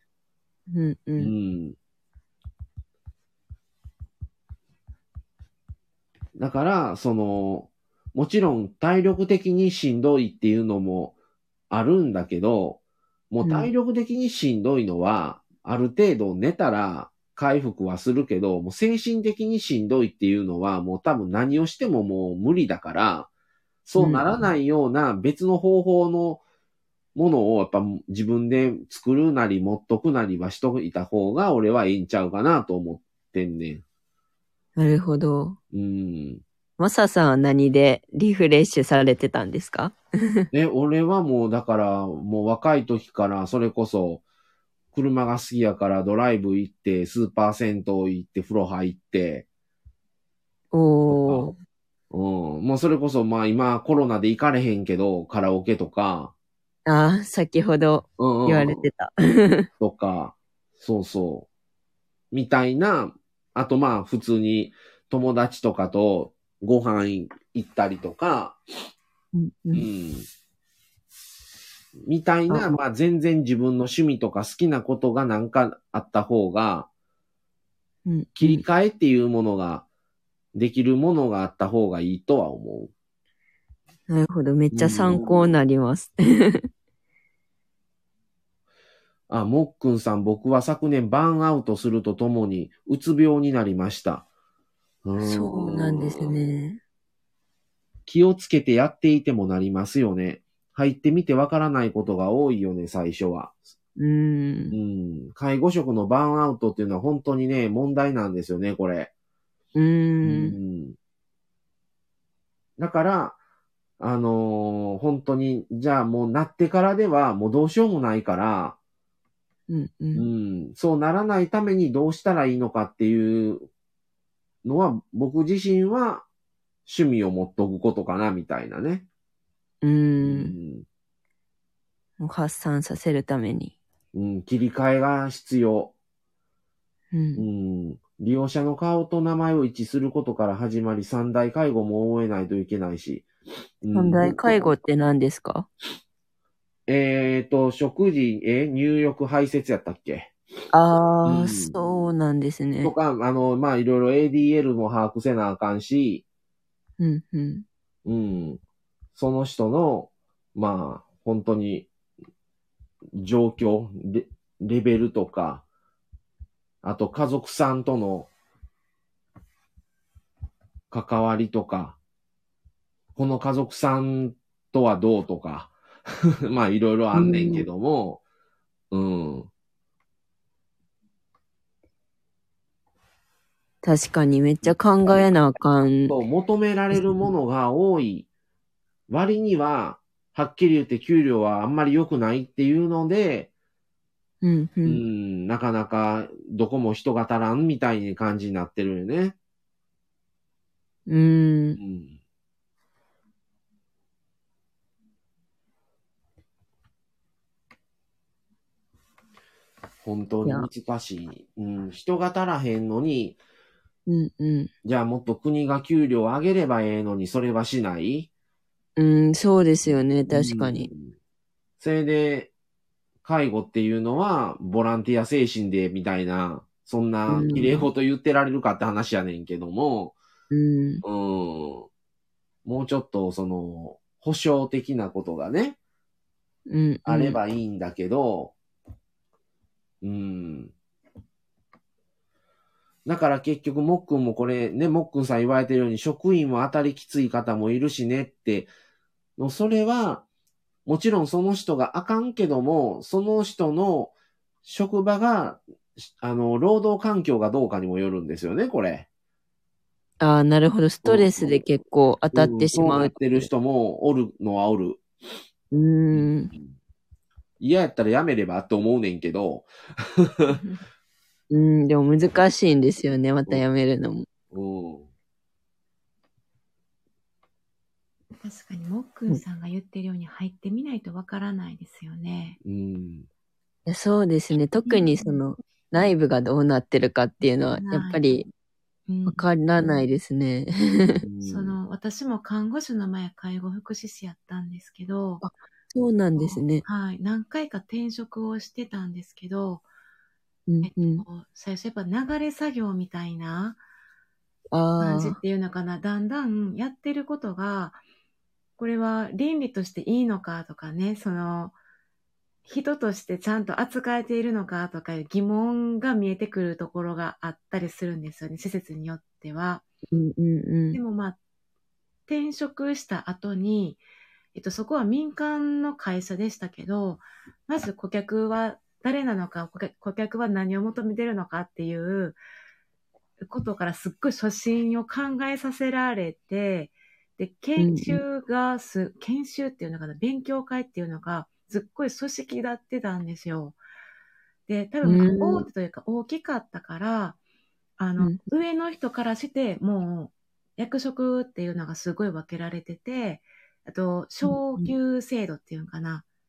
だから、もちろん体力的にしんどいっていうのもあるんだけど、もう体力的にしんどいのは、ある程度寝たら回復はするけど、もう精神的にしんどいっていうのは、もう多分何をしてももう無理だから、そうならないような別の方法のものをやっぱ自分で作るなり持っとくなりはしといた方が俺はいいんちゃうかなと思ってんねん。 なるほど。マサさんは何でリフレッシュされてたんですか？ 俺はもうだからもう若い時からそれこそ車が好きやからドライブ行ってスーパー銭湯行って風呂入って。もうそれこそ今コロナで行かれへんけどカラオケとか。 ああ、先ほどうんうん言われてた。 とか、そうそう。みたいな、あとまあ普通に友達とかとご飯行ったりとか、 うんううんん。みたいな、 あ、 まあ全然自分の趣味とか好きなことがなんかあった方が、 うん切り替えっていうものが、できるものがあった方がいいとは思なるほど。めっう。 ちゃ参考になります。 あ、もっくんさん、僕は昨年バーンアウトするとともに、うつ病になりました。 そうなんですね。 気をつけてやっていてもなりますよね。入ってみてわからないことが多いよね、最初は。介護職のバーンアウトっていうのは本当にね、問題なんですよね、これ。だから、本当に、じゃあもうなってからではもうどうしようもないから、そうならないためにどうしたらいいのかっていうのは、僕自身は趣味を持っとくことかな、みたいなね。 もう発散させるために。 切り替えが必要。利用者の顔と名前を一致することから始まり、三大介護も覚えないといけないし。 三大介護って何ですか？ 食事、入浴、排泄やったっけ？ ああ、そうなんですね。 とか、まあ、いろいろ ADL も把握せなあかんし、その人の、まあ、本当に、状況、レベルとか、あと家族さんとの関わりとか、この家族さんとはどうとか、まあいろいろあんねんけども、 確かにめっちゃ考えなあかん。 そう、求められるものが多い割には、はっきり言って給料はあんまり良くないっていうので、なかなかどこも人が足らんみたいな感じになってるよね。本当に難しい。人が足らへんのに、じゃあもっと国が給料上げればええのに、それはしない。 そうですよね、確かに。 それで、介護っていうのは、ボランティア精神で、みたいな、そんな、綺麗事言ってられるかって話やねんけども、もうちょっと、保障的なことがね、あればいいんだけど、だから結局、もっくんもこれね、もっくんさん言われてるように、職員も当たりきつい方もいるしねって、それは、もちろんその人があかんけども、その人の職場が、労働環境がどうかにもよるんですよね、これ。 ああ、なるほど。ストレスで結構当たってしまう。 そうなってる人もおるのはおる。嫌やったらやめればって思うねんけど。 でも難しいんですよね、またやめるのも。 確かに、もっくんさんが言ってるように入ってみないとわからないですよね。 そうですね。特に内部がどうなってるかっていうのは、やっぱりわからないですね。 私も看護師の前、介護福祉士やったんですけど、 そうなんですね。 はい。何回か転職をしてたんですけど、最初やっぱ流れ作業みたいな感じっていうのかな、だんだんやってることが、これは倫理としていいのかとかね、人としてちゃんと扱えているのかとかいう疑問が見えてくるところがあったりするんですよね、施設によっては。でもまあ、転職した後に、そこは民間の会社でしたけど、まず顧客は誰なのか、顧客は何を求めてるのかっていうことからすっごい初心を考えさせられて、で、研修っていうのかな、勉強会っていうのが、すっごい組織立ってたんですよ。で、多分、大手というか大きかったから、上の人からして、もう、役職っていうのがすごい分けられてて、あと、昇給制度っていうのかな。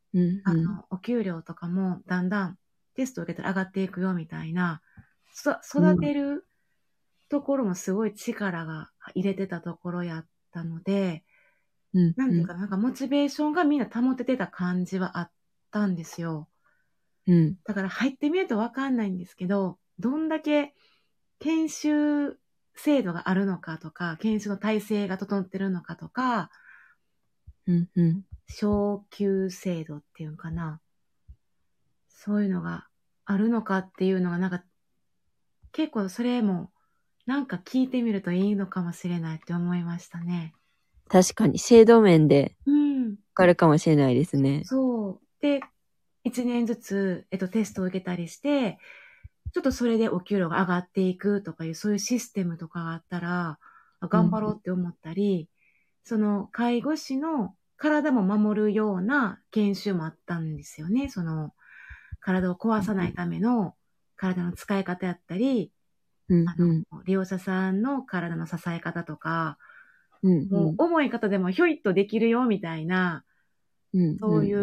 うんうん。 お給料とかもだんだんテストを受けたら上がっていくよみたいな、育てるところもすごい力が入れてたところやったので、 うんうん。 なんていうかな、なんかモチベーションがみんな保ててた感じはあったんですよ。 うん。 だから入ってみるとわかんないんですけど、どんだけ研修制度があるのかとか、研修の体制が整ってるのかとか、 うんうん。 昇給制度っていうのかな。そういうのがあるのかっていうのがなんか、結構それもなんか聞いてみるといいのかもしれないって思いましたね。 確かに、制度面でうん。 わかるかもしれないですね。 そう。で、1年ずつ、テストを受けたりして、ちょっとそれでお給料が上がっていくとかいう、そういうシステムとかがあったら、頑張ろうって思ったり、その介護士の体も守るような研修もあったんですよね。その、体を壊さないための体の使い方やったり、 うんうん。 利用者さんの体の支え方とか、 うんもう重い方でもひょいっとできるよみたいな、 うんそういう、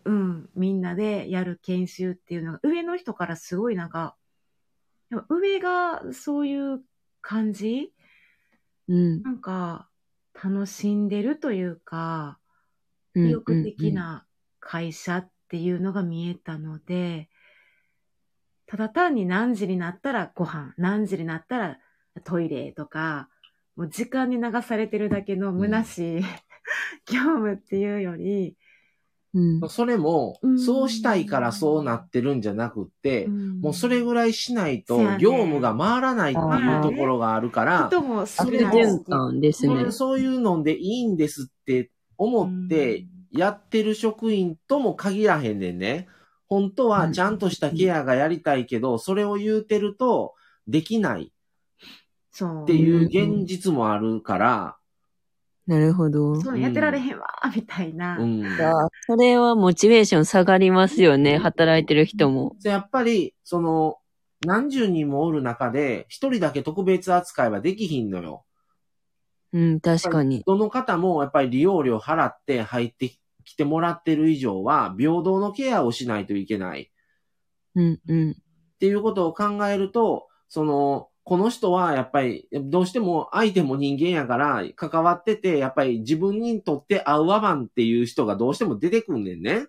みんなでやる研修っていうのが、上の人からすごいなんか、上がそういう感じなんか、楽しんでるというか、意欲的な会社っていうのが見えたので、ただ単に何時になったらご飯、何時になったらトイレとか、もう時間に流されてるだけの虚しい業務っていうより、 それも、そうしたいからそうなってるんじゃなくって、もうそれぐらいしないと業務が回らないっていうところがあるから、 人も悪循環ですね。 そういうのでいいんですって思ってやってる職員とも限らへんねんね。本当はちゃんとしたケアがやりたいけど、それを言うてるとできないっていう現実もあるから、 なるほど。 そうやってられへんわ、みたいな。 それはモチベーション下がりますよね、働いてる人も。 やっぱり、何十人もおる中で、一人だけ特別扱いはできひんのよ。 確かに。 どの方もやっぱり利用料払って入ってきてもらってる以上は、平等のケアをしないといけない。っていうことを考えると、この人はやっぱり、どうしても相手も人間やから関わってて、やっぱり自分にとって合うわばんっていう人がどうしても出てくんねんね。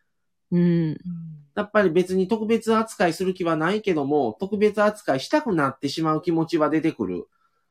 やっぱり別に特別扱いする気はないけども、特別扱いしたくなってしまう気持ちは出てくる。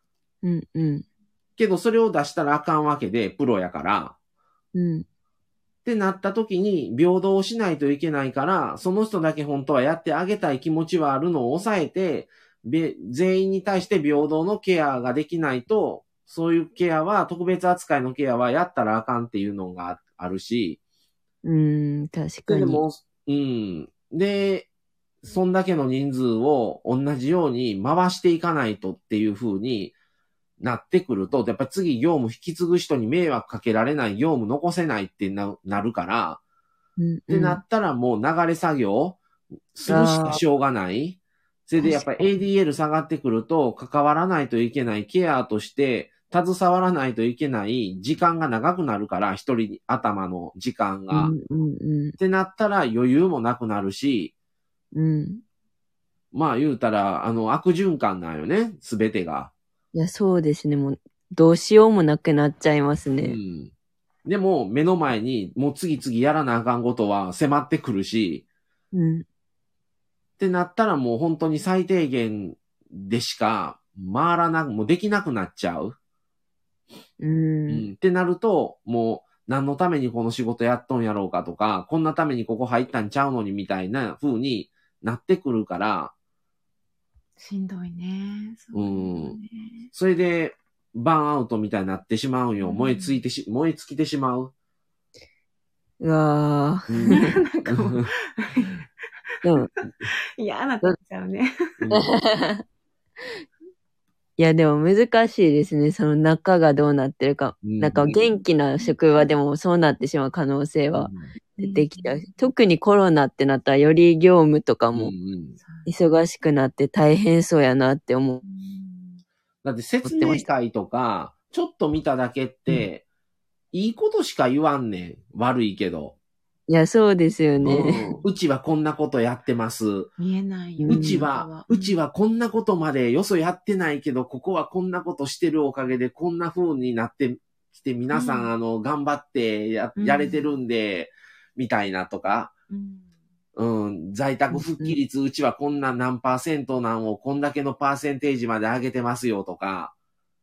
けどそれを出したらあかんわけで、プロやから。ってなった時に平等をしないといけないから、その人だけ本当はやってあげたい気持ちはあるのを抑えて、全員に対して平等のケアができないと、そういうケアは、特別扱いのケアはやったらあかんっていうのがあるし。 確かに。 でも、で、そんだけの人数を同じように回していかないとっていう風になってくると、やっぱり次業務引き継ぐ人に迷惑かけられない、業務残せないってなるから、ってなったらもう流れ作業するしかしょうがない。それでやっぱり ADL 下がってくると、関わらないといけないケアとして、携わらないといけない時間が長くなるから、一人頭の時間が。ってなったら余裕もなくなるし、まあ言うたら、悪循環なんよね、すべてが。 いや、そうですね。もう、どうしようもなくなっちゃいますね。 でも、目の前に、もう次々やらなあかんことは迫ってくるし、ってなったらもう本当に最低限でしか回らなく、もうできなくなっちゃう。ってなると、もう何のためにこの仕事やっとんやろうかとか、こんなためにここ入ったんちゃうのにみたいな風になってくるから。 しんどいね。 それで、バーンアウトみたいになってしまうんよ。燃え尽きてしまう。 うわぁ。なんかもう嫌なってっちゃうね。 いや、でも難しいですね。その中がどうなってるか。なんか元気な職場でもそうなってしまう可能性は出てきた。特にコロナってなったらより業務とかも忙しくなって大変そうやなって思う。 だって説明会とか、ちょっと見ただけって、いいことしか言わんねん。悪いけど。 いや、そうですよね。 うちはこんなことやってます。 見えないよ。 ううちはこんなことまでよそやってないけど、ここはこんなことしてるおかげでこんな風になってきて、皆さん、頑張ってやれてるんで、みたいなとか、在宅復帰率、うちはこんな何%なんをこんだけのパーセンテージまで上げてますよとか、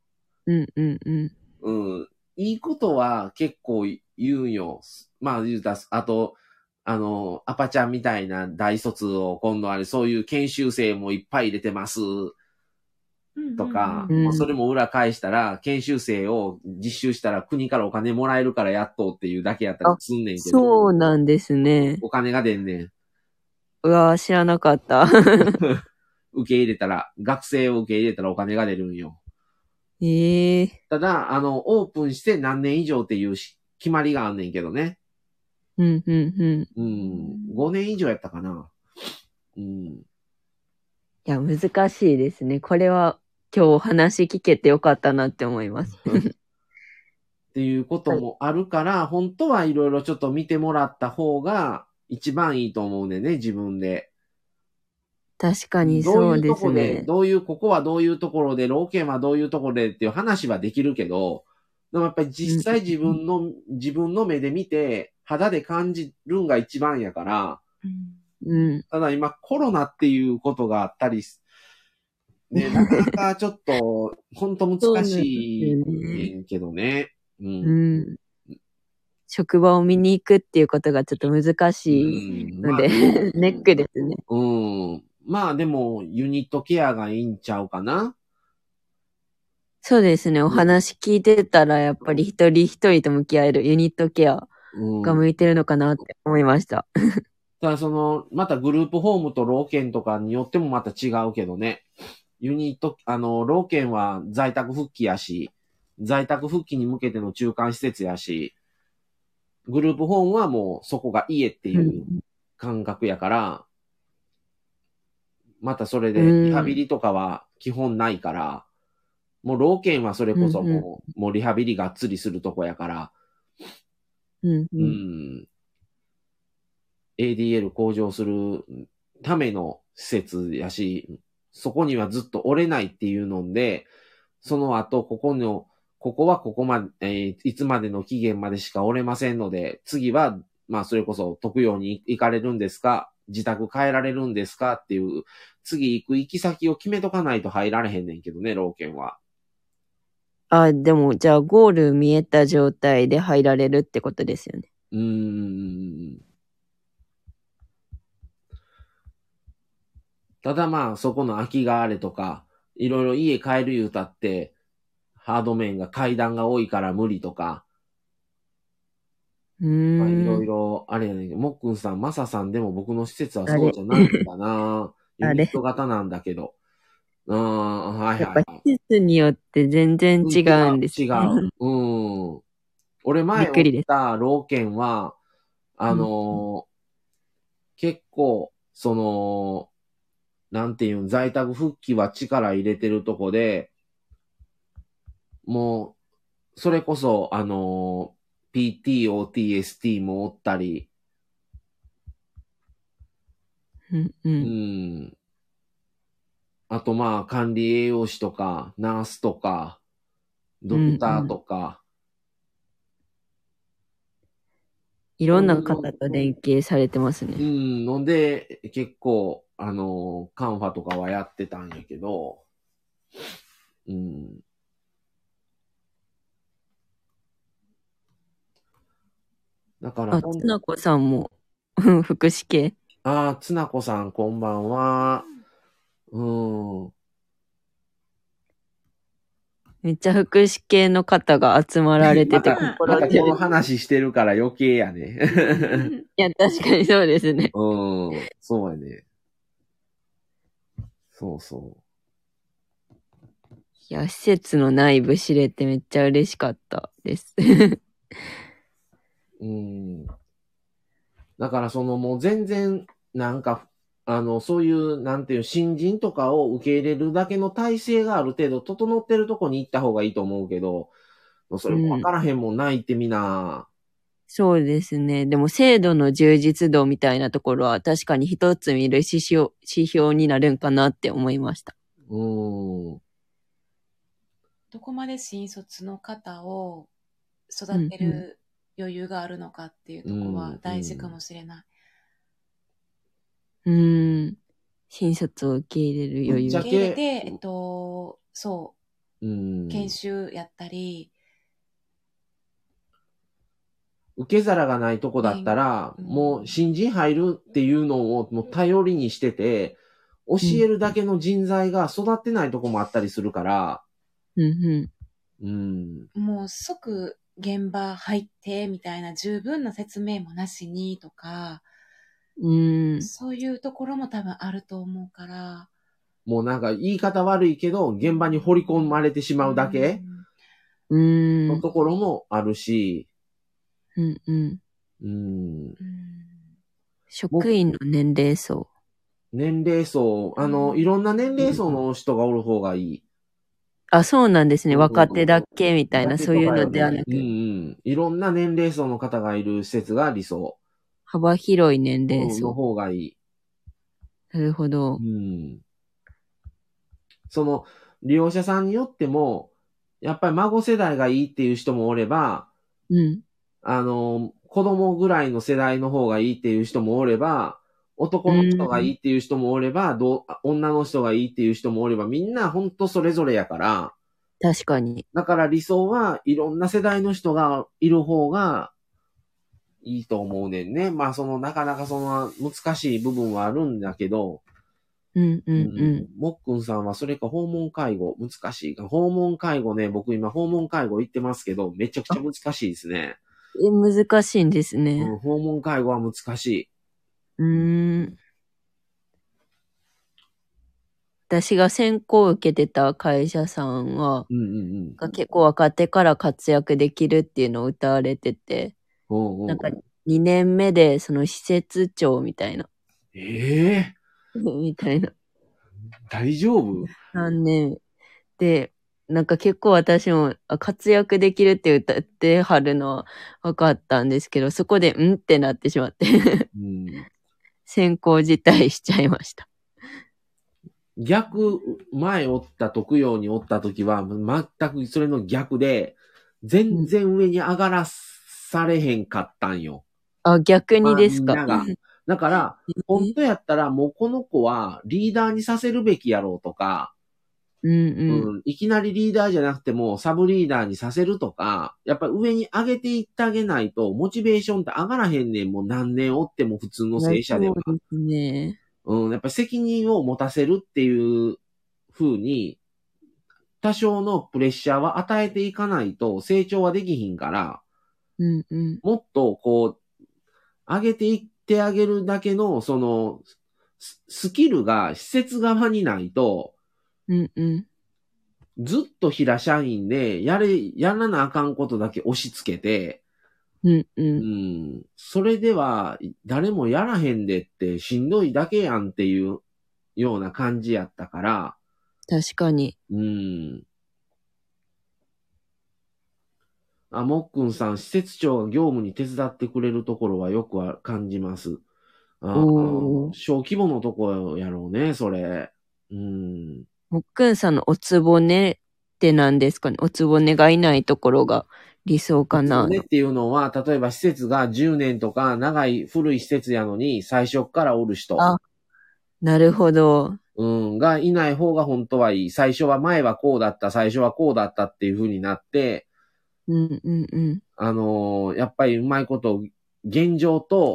いいことは結構言うんよ。まあ言うたら、あと、アパちゃんみたいな大卒を今度はそういう研修生もいっぱい入れてますとか、まあ、それも裏返したら、研修生を実習したら国からお金もらえるからやっとっていうだけやったりすんねんけど。 そうなんですね。 お金が出んねん。 うわぁ、知らなかった。 受け入れたら、学生を受け入れたらお金が出るんよ。ただ、オープンして何年以上っていう決まりがあんねんけどね。5年以上やったかな。いや、難しいですね。これは今日お話聞けてよかったなって思います。 っていうこともあるから、本当はいろいろちょっと見てもらった方が一番いいと思うね、自分で。 確かにそうですね。 ここはどういうところで、老犬はどういうところでっていう話はできるけど、でもやっぱり実際自分の目で見て、肌で感じるんが一番やから、ただ今コロナっていうことがあったり、ね、なかなかちょっと、本当難しいねんけどね。 職場を見に行くっていうことがちょっと難しいので、ネックですね。 まあでも、ユニットケアがいいんちゃうかな。 そうですね。お話聞いてたら、やっぱり一人一人と向き合えるユニットケアが向いてるのかなって思いました。 ただまたグループホームと老犬とかによってもまた違うけどね。ユニット、老犬は在宅復帰やし、在宅復帰に向けての中間施設やし、グループホームはもうそこが家っていう感覚やから、またそれでリハビリとかは基本ないから、もう老犬はそれこそもうリハビリがっつりするとこやから、ADL 向上するための施設やし、そこにはずっと折れないっていうので、その後、ここはここまで、いつまでの期限までしか折れませんので、次は、まあ、それこそ特養に行かれるんですか、自宅帰られるんですかっていう、次行く行き先を決めとかないと入られへんねんけどね、老犬は。 でも、じゃあ、ゴール見えた状態で入られるってことですよね。 ただまあ、そこの空きがあれとか、いろいろ家帰る言うたって、ハード面が階段が多いから無理とか、まあいろいろあれやねんけど、もっくんさん、まささんでも僕の施設はそうじゃないんだな。ユニット型なんだけど。はいはいはい。 施設によって全然違うんです。 違う。俺前おった老犬は、結構、なんていうん、在宅復帰は力入れてるとこで、もう、それこそ、PT、OT、ST もおったり、あとまあ、管理栄養士とか、ナースとか、ドクターとか、 いろんな方と連携されてますね。 ので、結構、カンファとかはやってたんやけど、だから。 つなこさんも、福祉系。 つなこさん、こんばんは。 めっちゃ福祉系の方が集まられてて、 またこの話してるから余計やね。 いや、確かにそうですね。 そうやね。そうそう。 いや、施設の内部知れてめっちゃ嬉しかったです。 だからもう全然、なんか、そういう、なんていう、新人とかを受け入れるだけの体制がある程度整ってるとこに行った方がいいと思うけど、それもわからへんもんないってみんな。 そうですね。でも制度の充実度みたいなところは確かに一つ見る指標になるんかなって思いました。 どこまで新卒の方を育てる余裕があるのかっていうところは大事かもしれない。 新卒を受け入れる余裕。 受け入れて、そう、研修やったり、 受け皿がないとこだったら、もう新人入るっていうのをもう頼りにしてて、教えるだけの人材が育ってないとこもあったりするから、 もう即現場入ってみたいな十分な説明もなしにとか、そういうところも多分あると思うから。 もうなんか言い方悪いけど、現場に掘り込まれてしまうだけのところもあるし、 職員の年齢層。 年齢層、いろんな年齢層の人がおる方がいい。 あ、そうなんですね。若手だけみたいな、そういうのではなく。 いろんな年齢層の方がいる施設が理想。 幅広い年齢層。 の方がいい。 なるほど。 その、利用者さんによっても、やっぱり孫世代がいいっていう人もおれば、子供ぐらいの世代の方がいいっていう人もおれば、男の人がいいっていう人もおれば、女の人がいいっていう人もおれば、みんなほんとそれぞれやから。 確かに。 だから理想はいろんな世代の人がいる方がいいと思うねんね。まあなかなか難しい部分はあるんだけど、もっくんさんはそれか訪問介護難しいか。訪問介護ね、僕今訪問介護行ってますけど、めちゃくちゃ難しいですね。 難しいんですね。 訪問介護は難しい。 私が選考を受けてた会社さんは、結構若手から活躍できるっていうのを歌われてて、なんか2年目でその施設長みたいな。みたいな。 大丈夫 ？3年。で、なんか結構私も活躍できるって歌ってはるのは分かったんですけど、そこでってなってしまって選考辞退しちゃいました。 前おった特養におった時は全くそれの逆で、全然上に上がらされへんかったんよ。 逆にですか。 みんなが。だから、本当やったらもうこの子はリーダーにさせるべきやろうとか、いきなりリーダーじゃなくてもサブリーダーにさせるとか、やっぱり上に上げていってあげないと、モチベーションって上がらへんねん。もう何年おっても普通の正社では。 そうですね。 やっぱり責任を持たせるっていう風に、多少のプレッシャーは与えていかないと成長はできひんから、もっと上げていってあげるだけの、スキルが施設側にないと、ずっと平社員で、やらなあかんことだけ押し付けて、それでは誰もやらへんでってしんどいだけやんっていうような感じやったから。 確かに。 もっくんさん、施設長が業務に手伝ってくれるところはよくは感じます。小規模のところやろうね、それ。 もっくんさんのおつぼねって何ですかね。おつぼねがいないところが理想かな。 おつぼねっていうのは、例えば施設が10年とか長い古い施設やのに最初からおる人。 なるほど。 がいない方が本当はいい。最初は前はこうだった、最初はこうだったっていう風になって、やっぱりうまいこと現状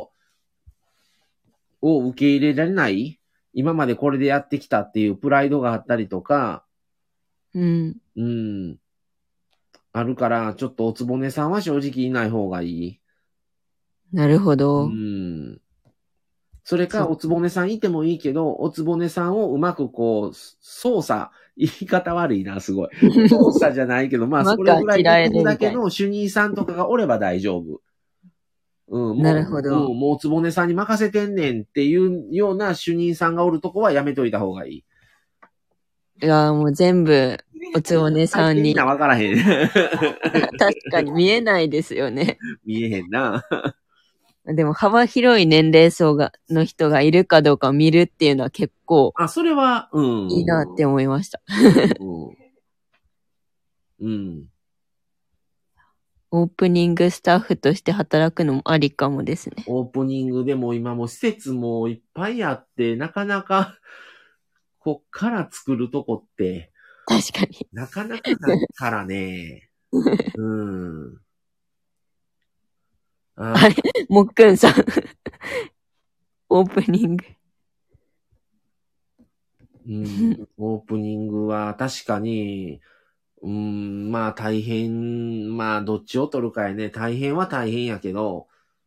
を受け入れられない、今までこれでやってきたっていうプライドがあったりとか、あるから、ちょっとおつぼねさんは正直いない方がいい。 なるほど。 それか、おつぼねさんいてもいいけど、おつぼねさんをうまく操作、言い方悪いな、すごい。操作じゃないけど、まあ、それぐらいできるだけの主任さんとかがおれば大丈夫。 なるほど。 もうおつぼねさんに任せてんねんっていうような主任さんがおるとこはやめといた方がいい。 いや、もう全部おつおねさんに。 みんなわからへん。 確かに見えないですよね。 見えへんな。 でも幅広い年齢層の人がいるかどうかを見るっていうのは結構あ、それは、 いいなって思いました。 うん。 オープニングスタッフとして働くのもありかもですね。 オープニングでも今も施設もいっぱいあって、なかなか、こっから作るとこって、 確かに。 なかなかないからね。うん。 あれもっくんさん。オープニング。 オープニングは確かに、まあ大変、まあどっちを取るかやね。大変は大変やけど、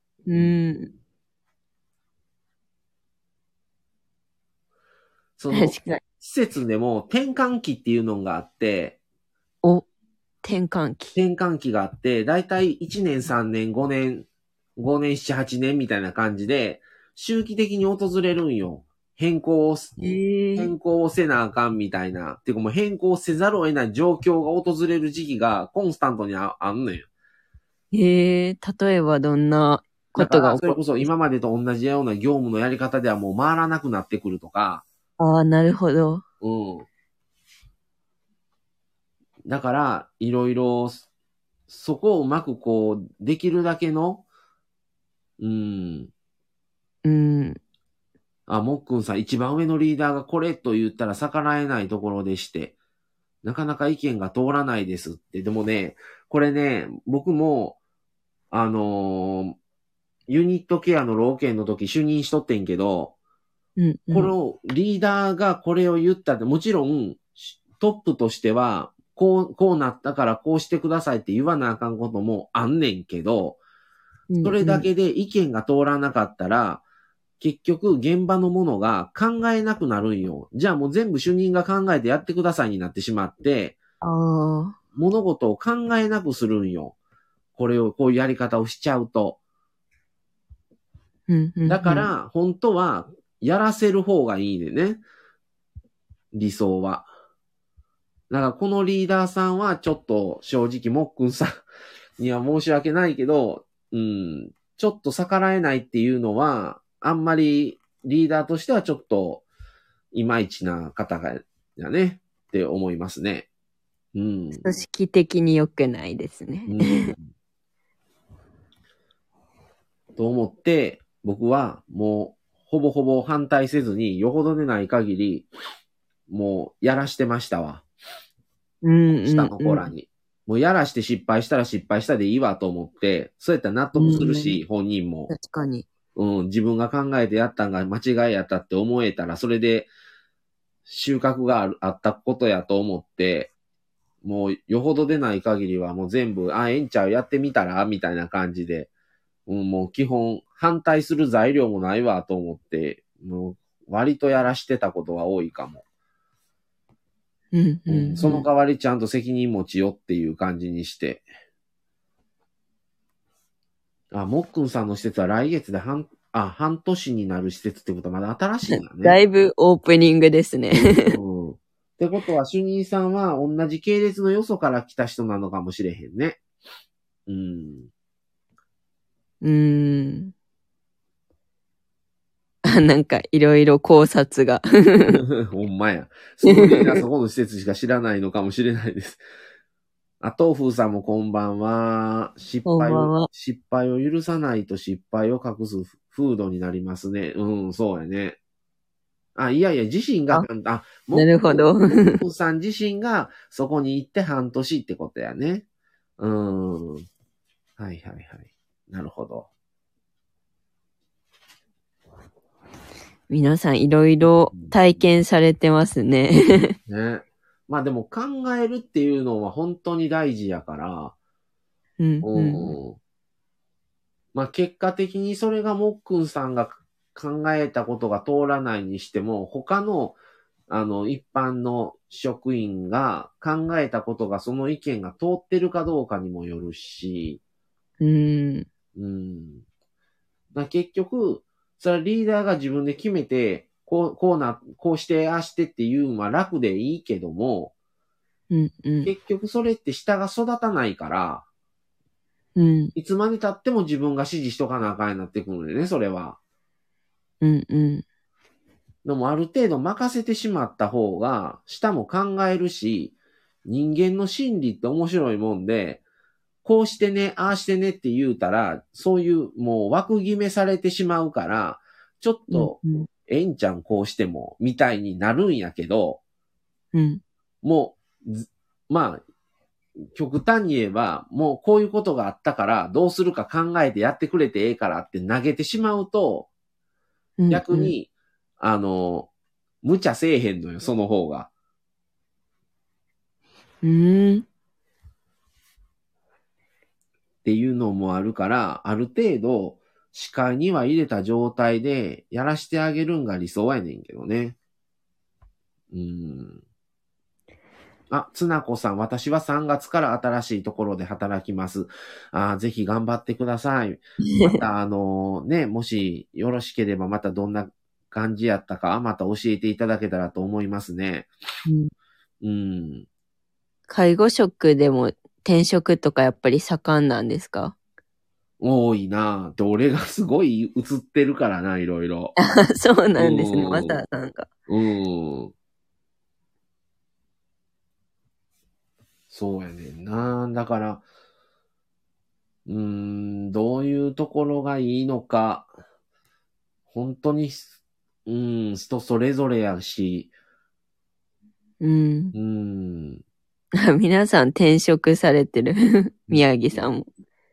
その、 確かに。 施設でも転換期っていうのがあって、 転換期。 転換期があって、だいたい1年、3年、5年、7、8年みたいな感じで、周期的に訪れるんよ。変更をせなあかんみたいな。てかもう変更せざるを得ない状況が訪れる時期がコンスタントにあんのよ。 例えばどんなことが起こる？ それこそ今までと同じような業務のやり方ではもう回らなくなってくるとか。 ああ、なるほど。 だから、いろいろ、そこをうまくこう、できるだけの、もっくんさん、一番上のリーダーがこれと言ったら逆らえないところでして、なかなか意見が通らないですって。でもね、これね、僕も、ユニットケアの老犬の時主任しとってんけど、このリーダーがこれを言ったって、もちろんトップとしては、こうなったからこうしてくださいって言わなあかんこともあんねんけど、それだけで意見が通らなかったら、結局現場のものが考えなくなるんよ。じゃあもう全部主任が考えてやってくださいになってしまって、物事を考えなくするんよ。こういうやり方をしちゃうと。だから、本当は、やらせる方がいいね。理想は。だから、このリーダーさんは、ちょっと、正直、もっくんさんには申し訳ないけど、ちょっと逆らえないっていうのは、あんまり、リーダーとしてはちょっと、いまいちな方が、ね、って思いますね。 組織的に良くないですね。 と思って、僕はもうほぼほぼ反対せずに、よほどでない限り、もうやらしてましたわ。下の子らに。もうやらして失敗したら失敗したでいいわと思って、そうやったら納得するし、本人も。 確かに。 自分が考えてやったんが間違いやったって思えたら、それで収穫があったことやと思って、もうよほどでない限りはもう全部、ええんちゃうやってみたらみたいな感じで。もう基本反対する材料もないわと思って、もう割とやらしてたことが多いかも。その代わりちゃんと責任持ちよっていう感じにして。もっくんさんの施設は来月で半年になる施設ってことはまだ新しいんだね。 だいぶオープニングですね。 ってことは主任さんは同じ系列のよそから来た人なのかもしれへんね。 なんかいろいろ考察が。 ほんまや。そのリーダーそこの施設しか知らないのかもしれないです。豆腐さんもこんばんは。失敗を許さないと失敗を隠す風土になりますね。そうやね。いやいや、自身が、 なるほど。 豆腐さん自身がそこに行って半年ってことやね。はいはいはい。なるほど。 皆さんいろいろ体験されてますね。 ね。まあでも考えるっていうのは本当に大事やから、まあ結果的にそれがもっくんさんが考えたことが通らないにしても、他の一般の職員が考えたことがその意見が通ってるかどうかにもよるし、結局、それはリーダーが自分で決めて、こうして、ああしてっていうのは楽でいいけども、 うんうん。 結局それって下が育たないから、 うんいつまで経っても自分が指示しとかなあかんようになってくるんでね、それは。 うんうん。 でもある程度任せてしまった方が、下も考えるし、人間の心理って面白いもんで、こうしてね、ああしてねって言うたら、そういうもう枠決めされてしまうから、ちょっと、 うんええんちゃんこうしても、みたいになるんやけど、 うんもう、まあ、極端に言えば、もうこういうことがあったから、どうするか考えてやってくれてええからって投げてしまうと、 うん。 逆に、無茶せえへんのよ、その方が。っていうのもあるから、ある程度、視界には入れた状態でやらしてあげるんが理想やねんけどね。あ、つなこさん、私は3月から新しいところで働きます。ぜひ頑張ってください。また、ね、もしよろしければまたどんな感じやったか、また教えていただけたらと思いますね。 介護職でも転職とかやっぱり盛んなんですか？ 多いなぁ。で、俺がすごい映ってるからな、いろいろ。 そうなんですね、マサさんが。 そうやねんな。だから、どういうところがいいのか、本当に、人それぞれやし、 皆さん転職されてる。宮城さんも。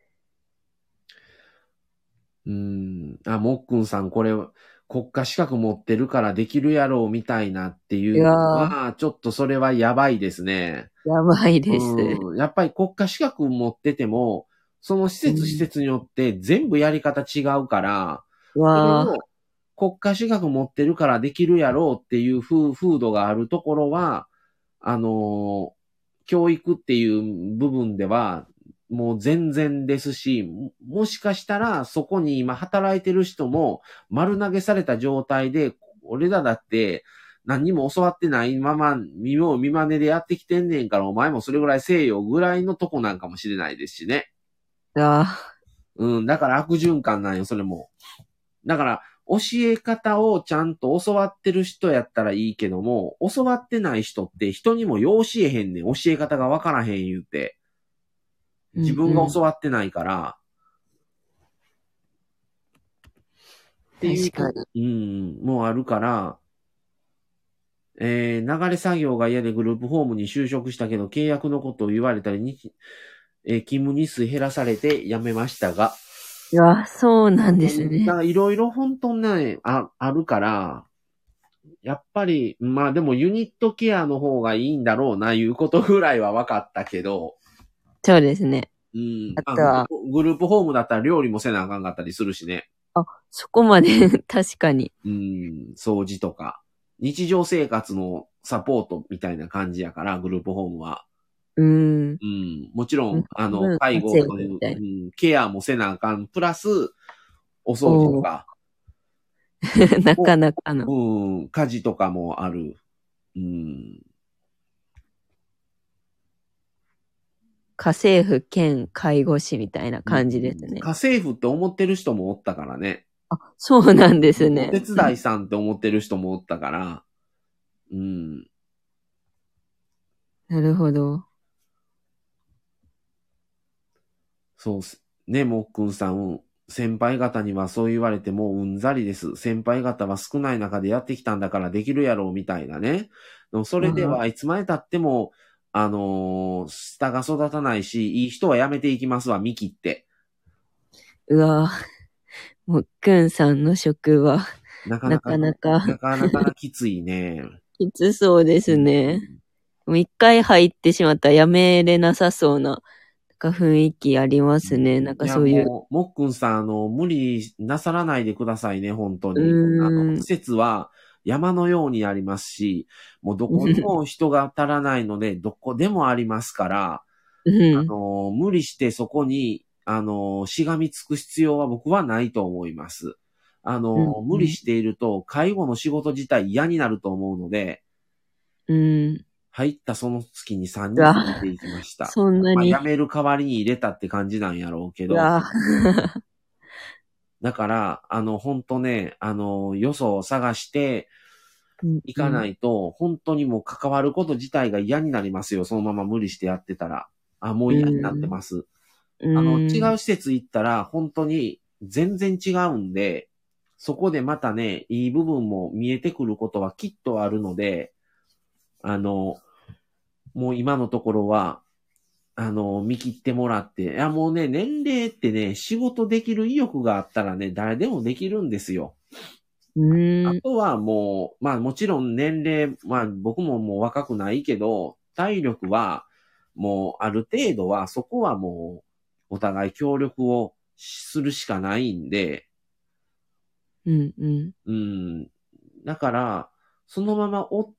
もっくんさん、これ、国家資格持ってるからできるやろうみたいなっていうのは、ちょっとそれはやばいですね。 やばいです。 やっぱり国家資格持ってても、その施設によって全部やり方違うから、それを国家資格持ってるからできるやろうっていう風土があるところは、教育っていう部分では、もう全然ですし、もしかしたらそこに今働いてる人も丸投げされた状態で、俺らだって何にも教わってないまま見よう見まねでやってきてんねんからお前もそれぐらいせえよぐらいのとこなんかもしれないですしね。だから悪循環なんよ、それも。だから教え方をちゃんと教わってる人やったらいいけども、教わってない人って人にもよう教えへんねん。教え方がわからへん言うて。自分が教わってないから。っていう、もうあるから、流れ作業が嫌でグループホームに就職したけど、契約のことを言われたり、勤務日数減らされて辞めましたが。 いや、そうなんですね。 だからいろいろ本当ね、あるから、やっぱり、まあでもユニットケアの方がいいんだろうな、いうことぐらいは分かったけど。 そうですね。 あとはグループホームだったら料理もせなあかんかったりするしね。 そこまで確かに。 掃除とか。日常生活のサポートみたいな感じやから、グループホームは。もちろん、介護という、ケアもせなあかん。プラス、お掃除とか。 なかなかの。 家事とかもある。 家政婦兼介護士みたいな感じですね。 家政婦って思ってる人もおったからね。 そうなんですね。 お手伝いさんって思ってる人もおったから。 なるほど。 そうっす。ね、もっくんさん、先輩方にはそう言われてもうんざりです。先輩方は少ない中でやってきたんだからできるやろうみたいなね。でもそれではいつまで経っても、下が育たないし、いい人は辞めていきますわ、見切って。 もっくんさんの職は、なかなかきついね。 きつそうですね。もう一回入ってしまったら辞めれなさそうな、雰囲気ありますね。そういう。 もっくんさん、無理なさらないでくださいね、本当に。施設は山のようにありますし、もうどこにも人が足らないので、どこでもありますから、無理してそこに、しがみつく必要は僕はないと思います。無理していると、介護の仕事自体嫌になると思うので、 入ったその月に3 うわ人出ていきました。 そんなに。 辞める代わりに入れたって感じなんやろうけど。だから、ほんとね、よそを探していかないと、本当にもう関わること自体が嫌になりますよ。そのまま無理してやってたら。もう嫌になってます。違う施設行ったら、本当に全然違うんで、そこでまたね、いい部分も見えてくることはきっとあるので、もう今のところは、見切ってもらって、いやもうね、年齢ってね、仕事できる意欲があったらね、誰でもできるんですよ。あとはもう、まあもちろん年齢、まあ僕ももう若くないけど、体力はもうある程度は、そこはもうお互い協力をするしかないんで、だから、そのまま追って、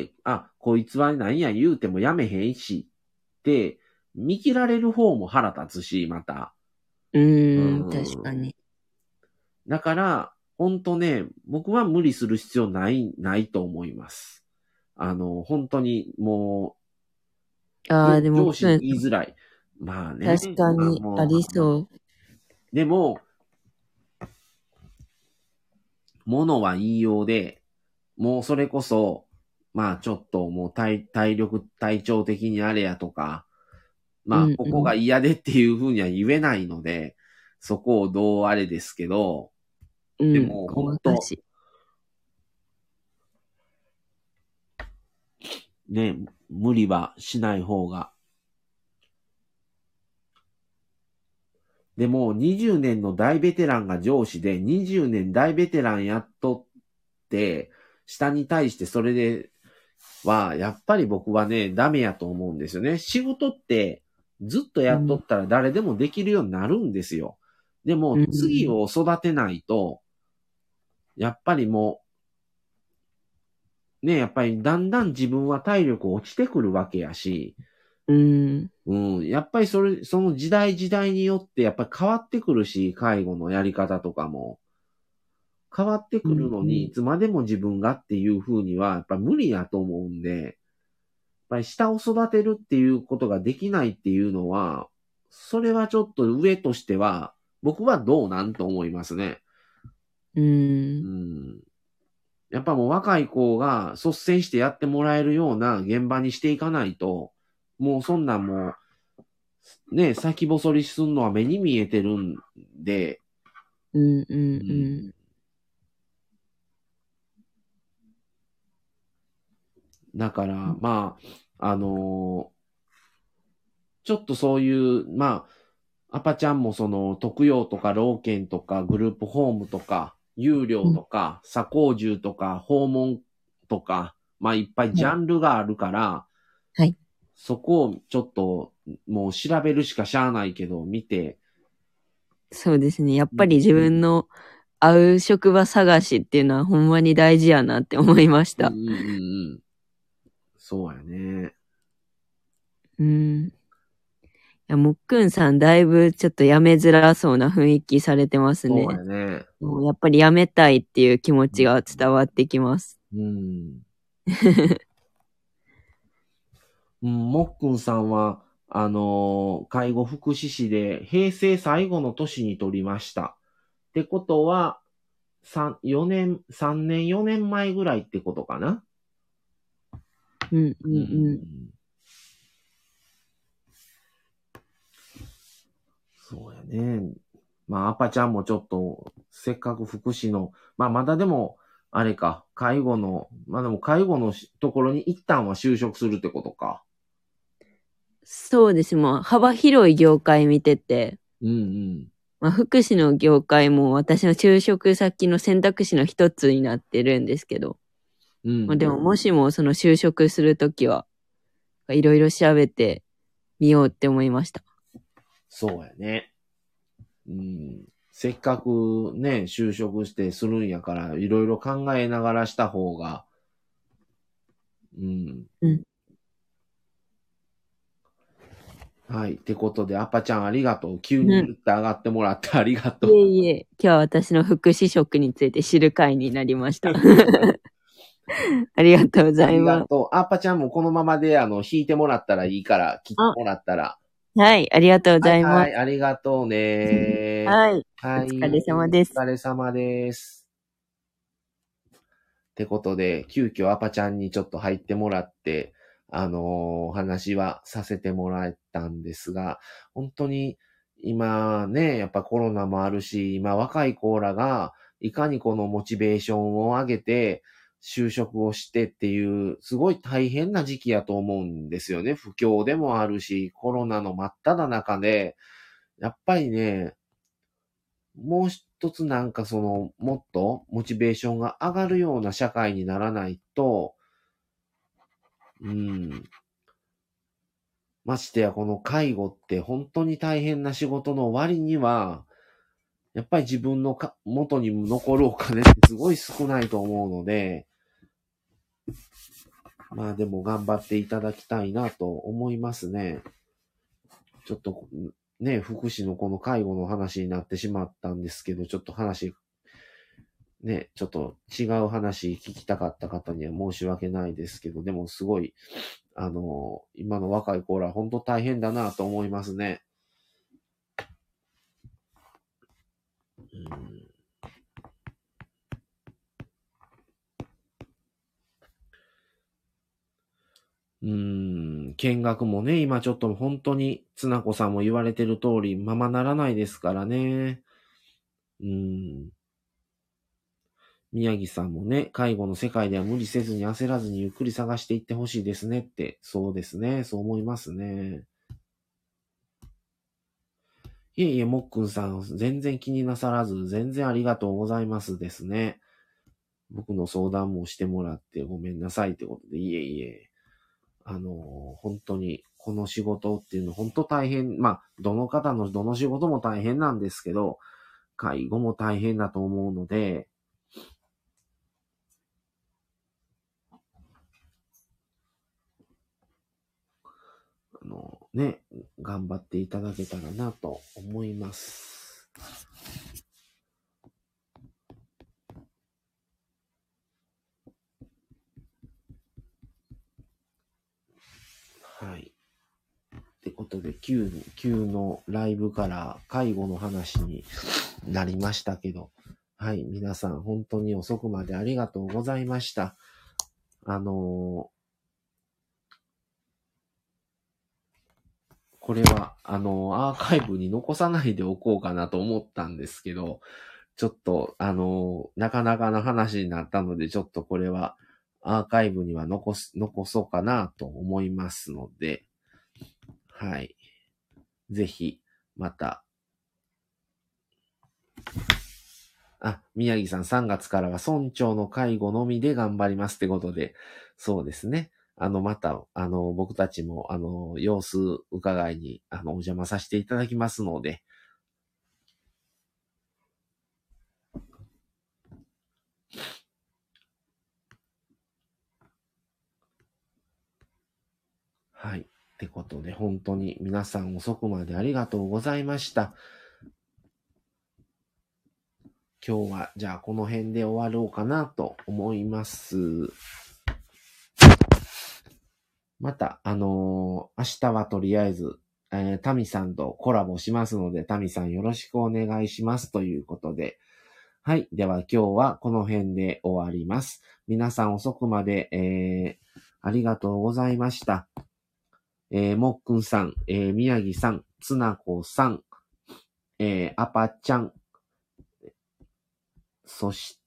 こいつは何や言うてもやめへんし、って見切られる方も腹立つし、また。 確かに。 だから、ほんとね、僕は無理する必要ないと思います。本当にもう、 でも上司に言いづらい。まあね。 確かに、ありそう。 でも、物は言いようで、もうそれこそ、まあちょっともう体調的にあれやとか、まあここが嫌でっていうふうには言えないので、そこをどうあれですけど、でも本当、ね、無理はしない方が。でも20年の大ベテランが上司で、20年大ベテランやっとって、下に対してそれでは、やっぱり僕はね、ダメやと思うんですよね。仕事ってずっとやっとったら誰でもできるようになるんですよ。でも次を育てないと、やっぱりもう、ね、やっぱりだんだん自分は体力落ちてくるわけやし、やっぱりその時代によってやっぱり変わってくるし、介護のやり方とかも。変わってくるのに、いつまでも自分がっていう風には、やっぱり無理やと思うんで、やっぱり下を育てるっていうことができないっていうのは、それはちょっと上としては、僕はどうなんと思いますね。やっぱもう若い子が率先してやってもらえるような現場にしていかないと、もうそんなんもう、ね、先細りすんのは目に見えてるんで、だから、まあ、ちょっとそういう、まあ、アパちゃんもその、特養とか老犬とかグループホームとか、有料とか、左高住とか、訪問とか、まあいっぱいジャンルがあるから、 はい。 そこをちょっと、もう調べるしかしゃあないけど、見て。 そうですね。やっぱり自分の合う職場探しっていうのはほんまに大事やなって思いました。 そうやね。 いや、もっくんさんだいぶちょっと辞めづらそうな雰囲気されてますね。 そうやね。 もうやっぱり辞めたいっていう気持ちが伝わってきます。 もっくんさんは、介護福祉士で平成最後の年に取りました。ってことは、3年、4年前ぐらいってことかな。そうやね。まあ、アパちゃんもちょっと、せっかく福祉の、まあ、まだでも、あれか、介護の、まあでも介護のところに一旦は就職するってことか。 そうです。もう幅広い業界見てて。まあ、福祉の業界も私の就職先の選択肢の一つになってるんですけど。まあ、でももしもその就職するときは、いろいろ調べてみようって思いました。 そうやね。せっかくね、就職してするんやから、いろいろ考えながらした方が、はい。ってことで、アパちゃんありがとう。急に言って上がってもらってありがとう。 いえいえ、今日は私の福祉職について知る会になりました。 ありがとうござあいます。 りがとう。アッパちゃんもこのままで、弾いてもらったらいいから、切ってもらったら。 はい、ありがとうごはいざいます。 はい、ありがとうね。 はい、 はい。 お疲れ様です。 お疲れ様です。ってことで、急遽アパちゃんにちょっと入ってもらって、話はさせてもらえたんですが、本当に今ね、やっぱコロナもあるし、今若い子らがいかにこのモチベーションを上げて就職をしてっていう、すごい大変な時期やと思うんですよね。不況でもあるし、コロナの真っ只中で、やっぱりね、もう一つなんかもっとモチベーションが上がるような社会にならないと、ましてやこの介護って本当に大変な仕事の割には、やっぱり自分の元に残るお金ってすごい少ないと思うので、まあでも頑張っていただきたいなと思いますね。ちょっとね、福祉のこの介護の話になってしまったんですけど、ちょっとちょっと違う話聞きたかった方には申し訳ないですけど、でもすごい、今の若い子ら本当大変だなと思いますね。見学もね、今ちょっと本当に、つなこさんも言われてる通り、ままならないですからね。宮城さんもね、介護の世界では無理せずに焦らずにゆっくり探していってほしいですねって。そうですね。そう思いますね。いえいえ、もっくんさん、全然気になさらず、全然ありがとうございますですね。僕の相談もしてもらってごめんなさいってことで、いえいえ。本当に、この仕事っていうの本当大変。まあ、どの方のどの仕事も大変なんですけど、介護も大変だと思うので、頑張っていただけたらなと思います。はい。ってことで、急のライブから介護の話になりましたけど、はい、皆さん本当に遅くまでありがとうございました。これは、アーカイブに残さないでおこうかなと思ったんですけど、ちょっと、なかなかの話になったので、ちょっとこれはアーカイブには残そうかなと思いますので、はい。ぜひ、また。宮城さん3月からは村長の介護のみで頑張りますってことで、そうですね。また、僕たちも、様子伺いに、お邪魔させていただきますので、はい。ってことで、本当に皆さん遅くまでありがとうございました。今日は、じゃあこの辺で終わろうかなと思います。また、明日はとりあえず、タミさんとコラボしますので、タミさんよろしくお願いしますということで。はい。では今日はこの辺で終わります。皆さん遅くまで、ありがとうございました。もっくんさん、宮城さん、つなこさん、あぱちゃん、そして、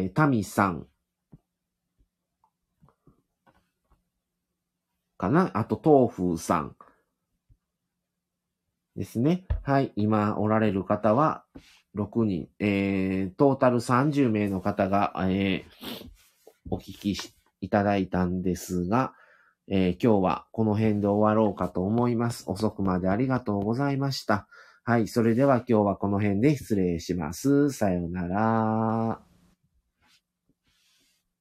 タミさん、かなあと、豆腐さんですね。はい。今おられる方は6人。トータル30名の方が、お聞きいただいたんですが、今日はこの辺で終わろうかと思います。遅くまでありがとうございました。はい。それでは今日はこの辺で失礼します。さようなら。